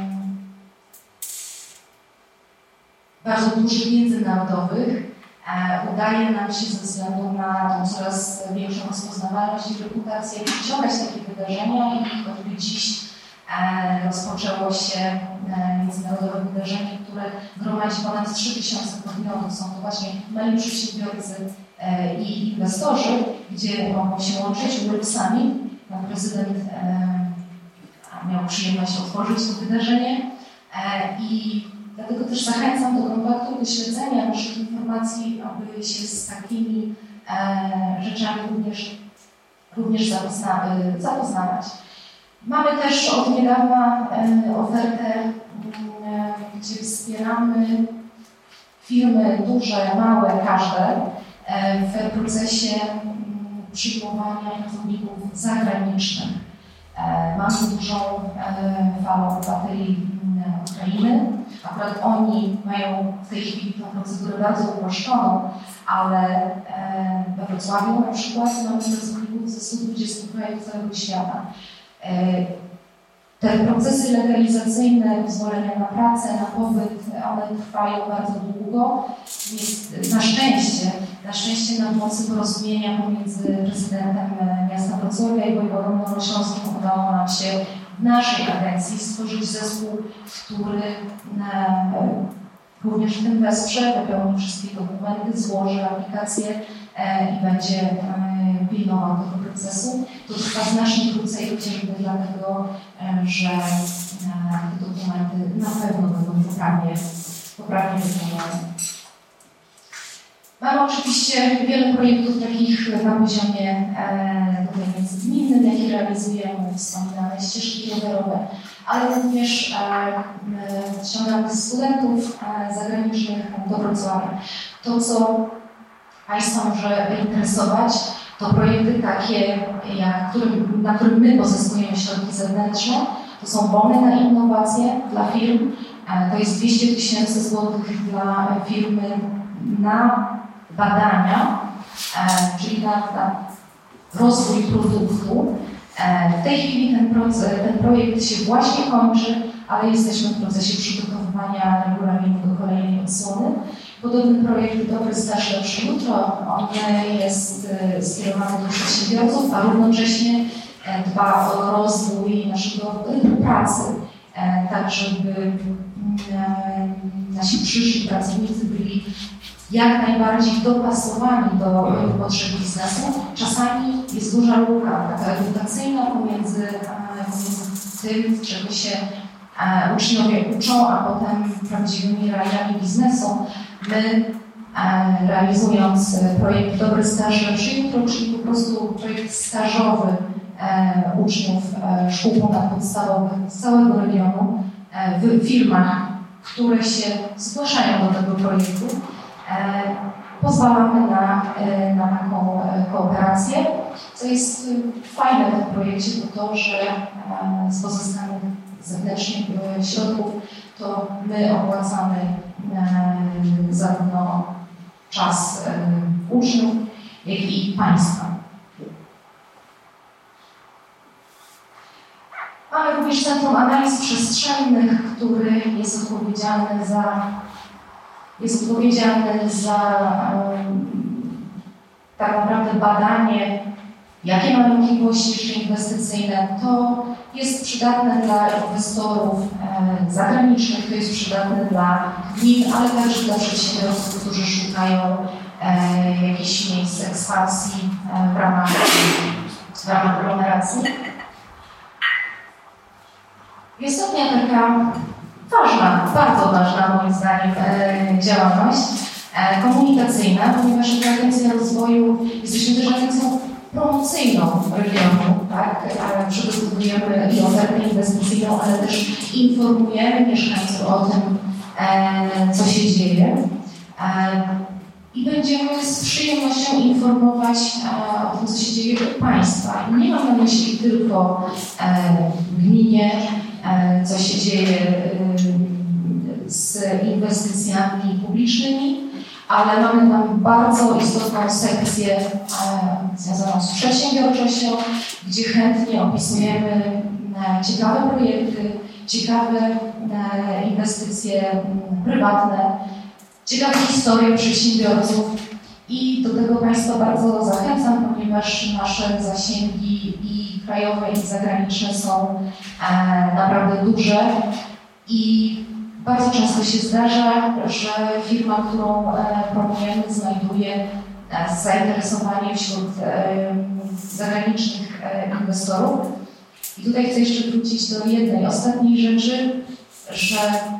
bardzo dużych międzynarodowych. E, udaje nam się ze względu na tą coraz większą rozpoznawalność i reputację przyciągać takie wydarzenia i choćby dziś e, rozpoczęło się e, międzynarodowe wydarzenie, które gromadzi ponad trzy tysiące podmiotów. Są to właśnie mali przedsiębiorcy e, i inwestorzy, gdzie mogą się łączyć uliczami. Pan prezydent e, miał przyjemność otworzyć to wydarzenie e, i dlatego też zachęcam do kontaktu, do śledzenia naszych informacji, aby się z takimi e, rzeczami również, również zapozna, e, zapoznawać. Mamy też od niedawna e, ofertę, e, gdzie wspieramy firmy duże, małe, każde e, w procesie przyjmowania pracowników zagranicznych. Mamy dużą falę obywateli Ukrainy. Akurat oni mają w tej chwili tę procedurę bardzo uproszczoną, ale we Wrocławiu na przykład mamy pracowników ze stu dwudziestu krajów całego świata. Te procesy legalizacyjne, pozwolenia na pracę, na pobyt, one trwają bardzo długo. Jest, na szczęście, na szczęście na mocy porozumienia pomiędzy prezydentem miasta Wrocławia i wojewodą dolnośląskim udało nam się w naszej agencji stworzyć zespół, który e, również w tym wesprze, wypełni wszystkie dokumenty, złoży aplikację e, i będzie e, pilnował tego procesu. To trwa znacznie krócej, chociażby dlatego, e, że e, te dokumenty na pewno będą poprawnie, poprawnie wypełnione. Mamy oczywiście wiele projektów takich na poziomie e, międzygminnym, jakie realizujemy, wspominane ścieżki rowerowe, ale również e, ściągamy studentów e, zagranicznych do Wrocławia. To, co Państwa może interesować, to projekty takie, jak, którym, na którym my pozyskujemy środki zewnętrzne. To są bony na innowacje dla firm. E, to jest dwieście tysięcy złotych dla firmy na badania, e, czyli na, na rozwój produktu. E, w tej chwili ten, proces, ten projekt się właśnie kończy, ale jesteśmy w procesie przygotowywania regulaminu do kolejnej odsłony. Podobny projekt Dobry Staż Lepsze Jutro, on jest e, skierowany do przedsiębiorców, a równocześnie e, dba o rozwój naszego rynku pracy, e, tak żeby e, nasi przyszli pracownicy byli jak najbardziej dopasowani do potrzeb biznesu. Czasami jest duża luka taka edukacyjna pomiędzy, pomiędzy tym, czego się e, uczniowie uczą, a potem prawdziwymi realiami biznesu. My e, realizując projekt Dobry Staż Lepsze Jutro, czyli po prostu projekt stażowy e, uczniów e, szkół ponadpodstawowych z całego regionu e, w firmach, które się zgłaszają do tego projektu, pozwalamy na, na taką kooperację. Co jest fajne w tym projekcie, to to, że z pozyskanych zewnętrznych środków to my opłacamy zarówno czas uczniów, jak i państwa. Mamy również Centrum Analiz Przestrzennych, który jest odpowiedzialny za jest odpowiedzialny za um, tak naprawdę badanie, jakie mamy możliwości jeszcze inwestycyjne. To jest przydatne dla inwestorów e, zagranicznych, to jest przydatne dla gmin, ale także dla przedsiębiorców, którzy szukają e, jakichś miejsc ekspansji e, w ramach, w ramach aglomeracji. I ostatnia taka ważna, bardzo ważna moim zdaniem e, działalność e, komunikacyjna, ponieważ jako Agencja Rozwoju jesteśmy też agencją promocyjną regionu, tak? E, przygotowujemy i ofertę inwestycyjną, ale też informujemy mieszkańców o tym, e, co się dzieje. E, I będziemy z przyjemnością informować e, o tym, co się dzieje u Państwa. I nie mam na myśli tylko e, w gminie, e, co się dzieje e, z inwestycjami publicznymi, ale mamy tam bardzo istotną sekcję e, związaną z przedsiębiorczością, gdzie chętnie opisujemy e, ciekawe projekty, ciekawe e, inwestycje m, prywatne, ciekawe historie przedsiębiorców i do tego Państwa bardzo zachęcam, ponieważ nasze zasięgi i krajowe, i zagraniczne są e, naprawdę duże i bardzo często się zdarza, że firma, którą e, promujemy, znajduje e, zainteresowanie wśród e, zagranicznych e, inwestorów. I tutaj chcę jeszcze wrócić do jednej ostatniej rzeczy, że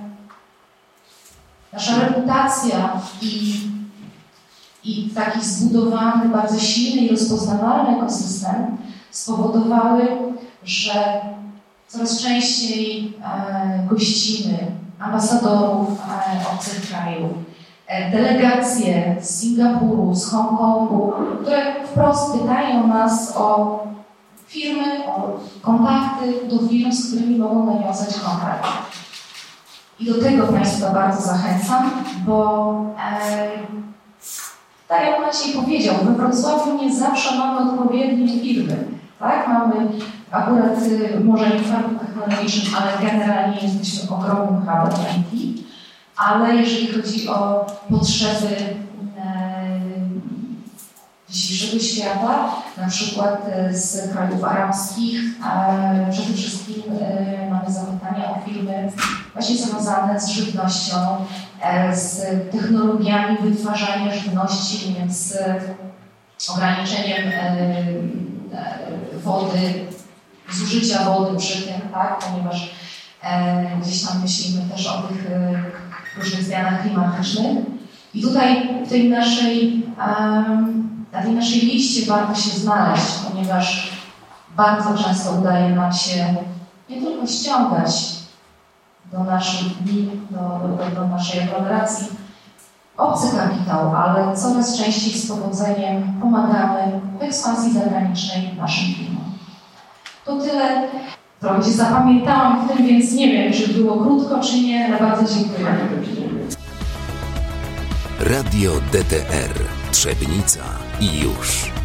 nasza reputacja i, i taki zbudowany, bardzo silny i rozpoznawalny ekosystem spowodowały, że coraz częściej e, gościmy ambasadorów e, obcych krajów, e, delegacje z Singapuru, z Hongkongu, które wprost pytają nas o firmy, o kontakty do firm, z którymi mogą nawiązać kontrakt. I do tego Państwa bardzo zachęcam, bo e, tak jak Maciej powiedział, we Wrocławiu nie zawsze mamy odpowiednie firmy. Tak? Mamy akurat, może nie w parku technologicznym, ale generalnie jesteśmy ogromnym hubem I T, ale jeżeli chodzi o potrzeby e, dzisiejszego świata, na przykład z krajów arabskich, e, przede wszystkim e, mamy zapytania o firmy właśnie związane z żywnością, e, z technologiami wytwarzania żywności, więc z ograniczeniem e, wody, zużycia wody przy tym, tak? Ponieważ e, gdzieś tam myślimy też o tych e, różnych zmianach klimatycznych. I tutaj w tej naszej, e, na tej naszej liście warto się znaleźć, ponieważ bardzo często udaje nam się nie tylko ściągać do naszych dni, do, do, do naszej aglomeracji obcy kapitał, ale coraz częściej z powodzeniem pomagamy w ekspansji zagranicznej naszym firmom. To tyle. Trochę się zapamiętałam w tym, więc nie wiem, czy było krótko, czy nie, ale bardzo dziękuję. Radio D T R Trzebnica i już.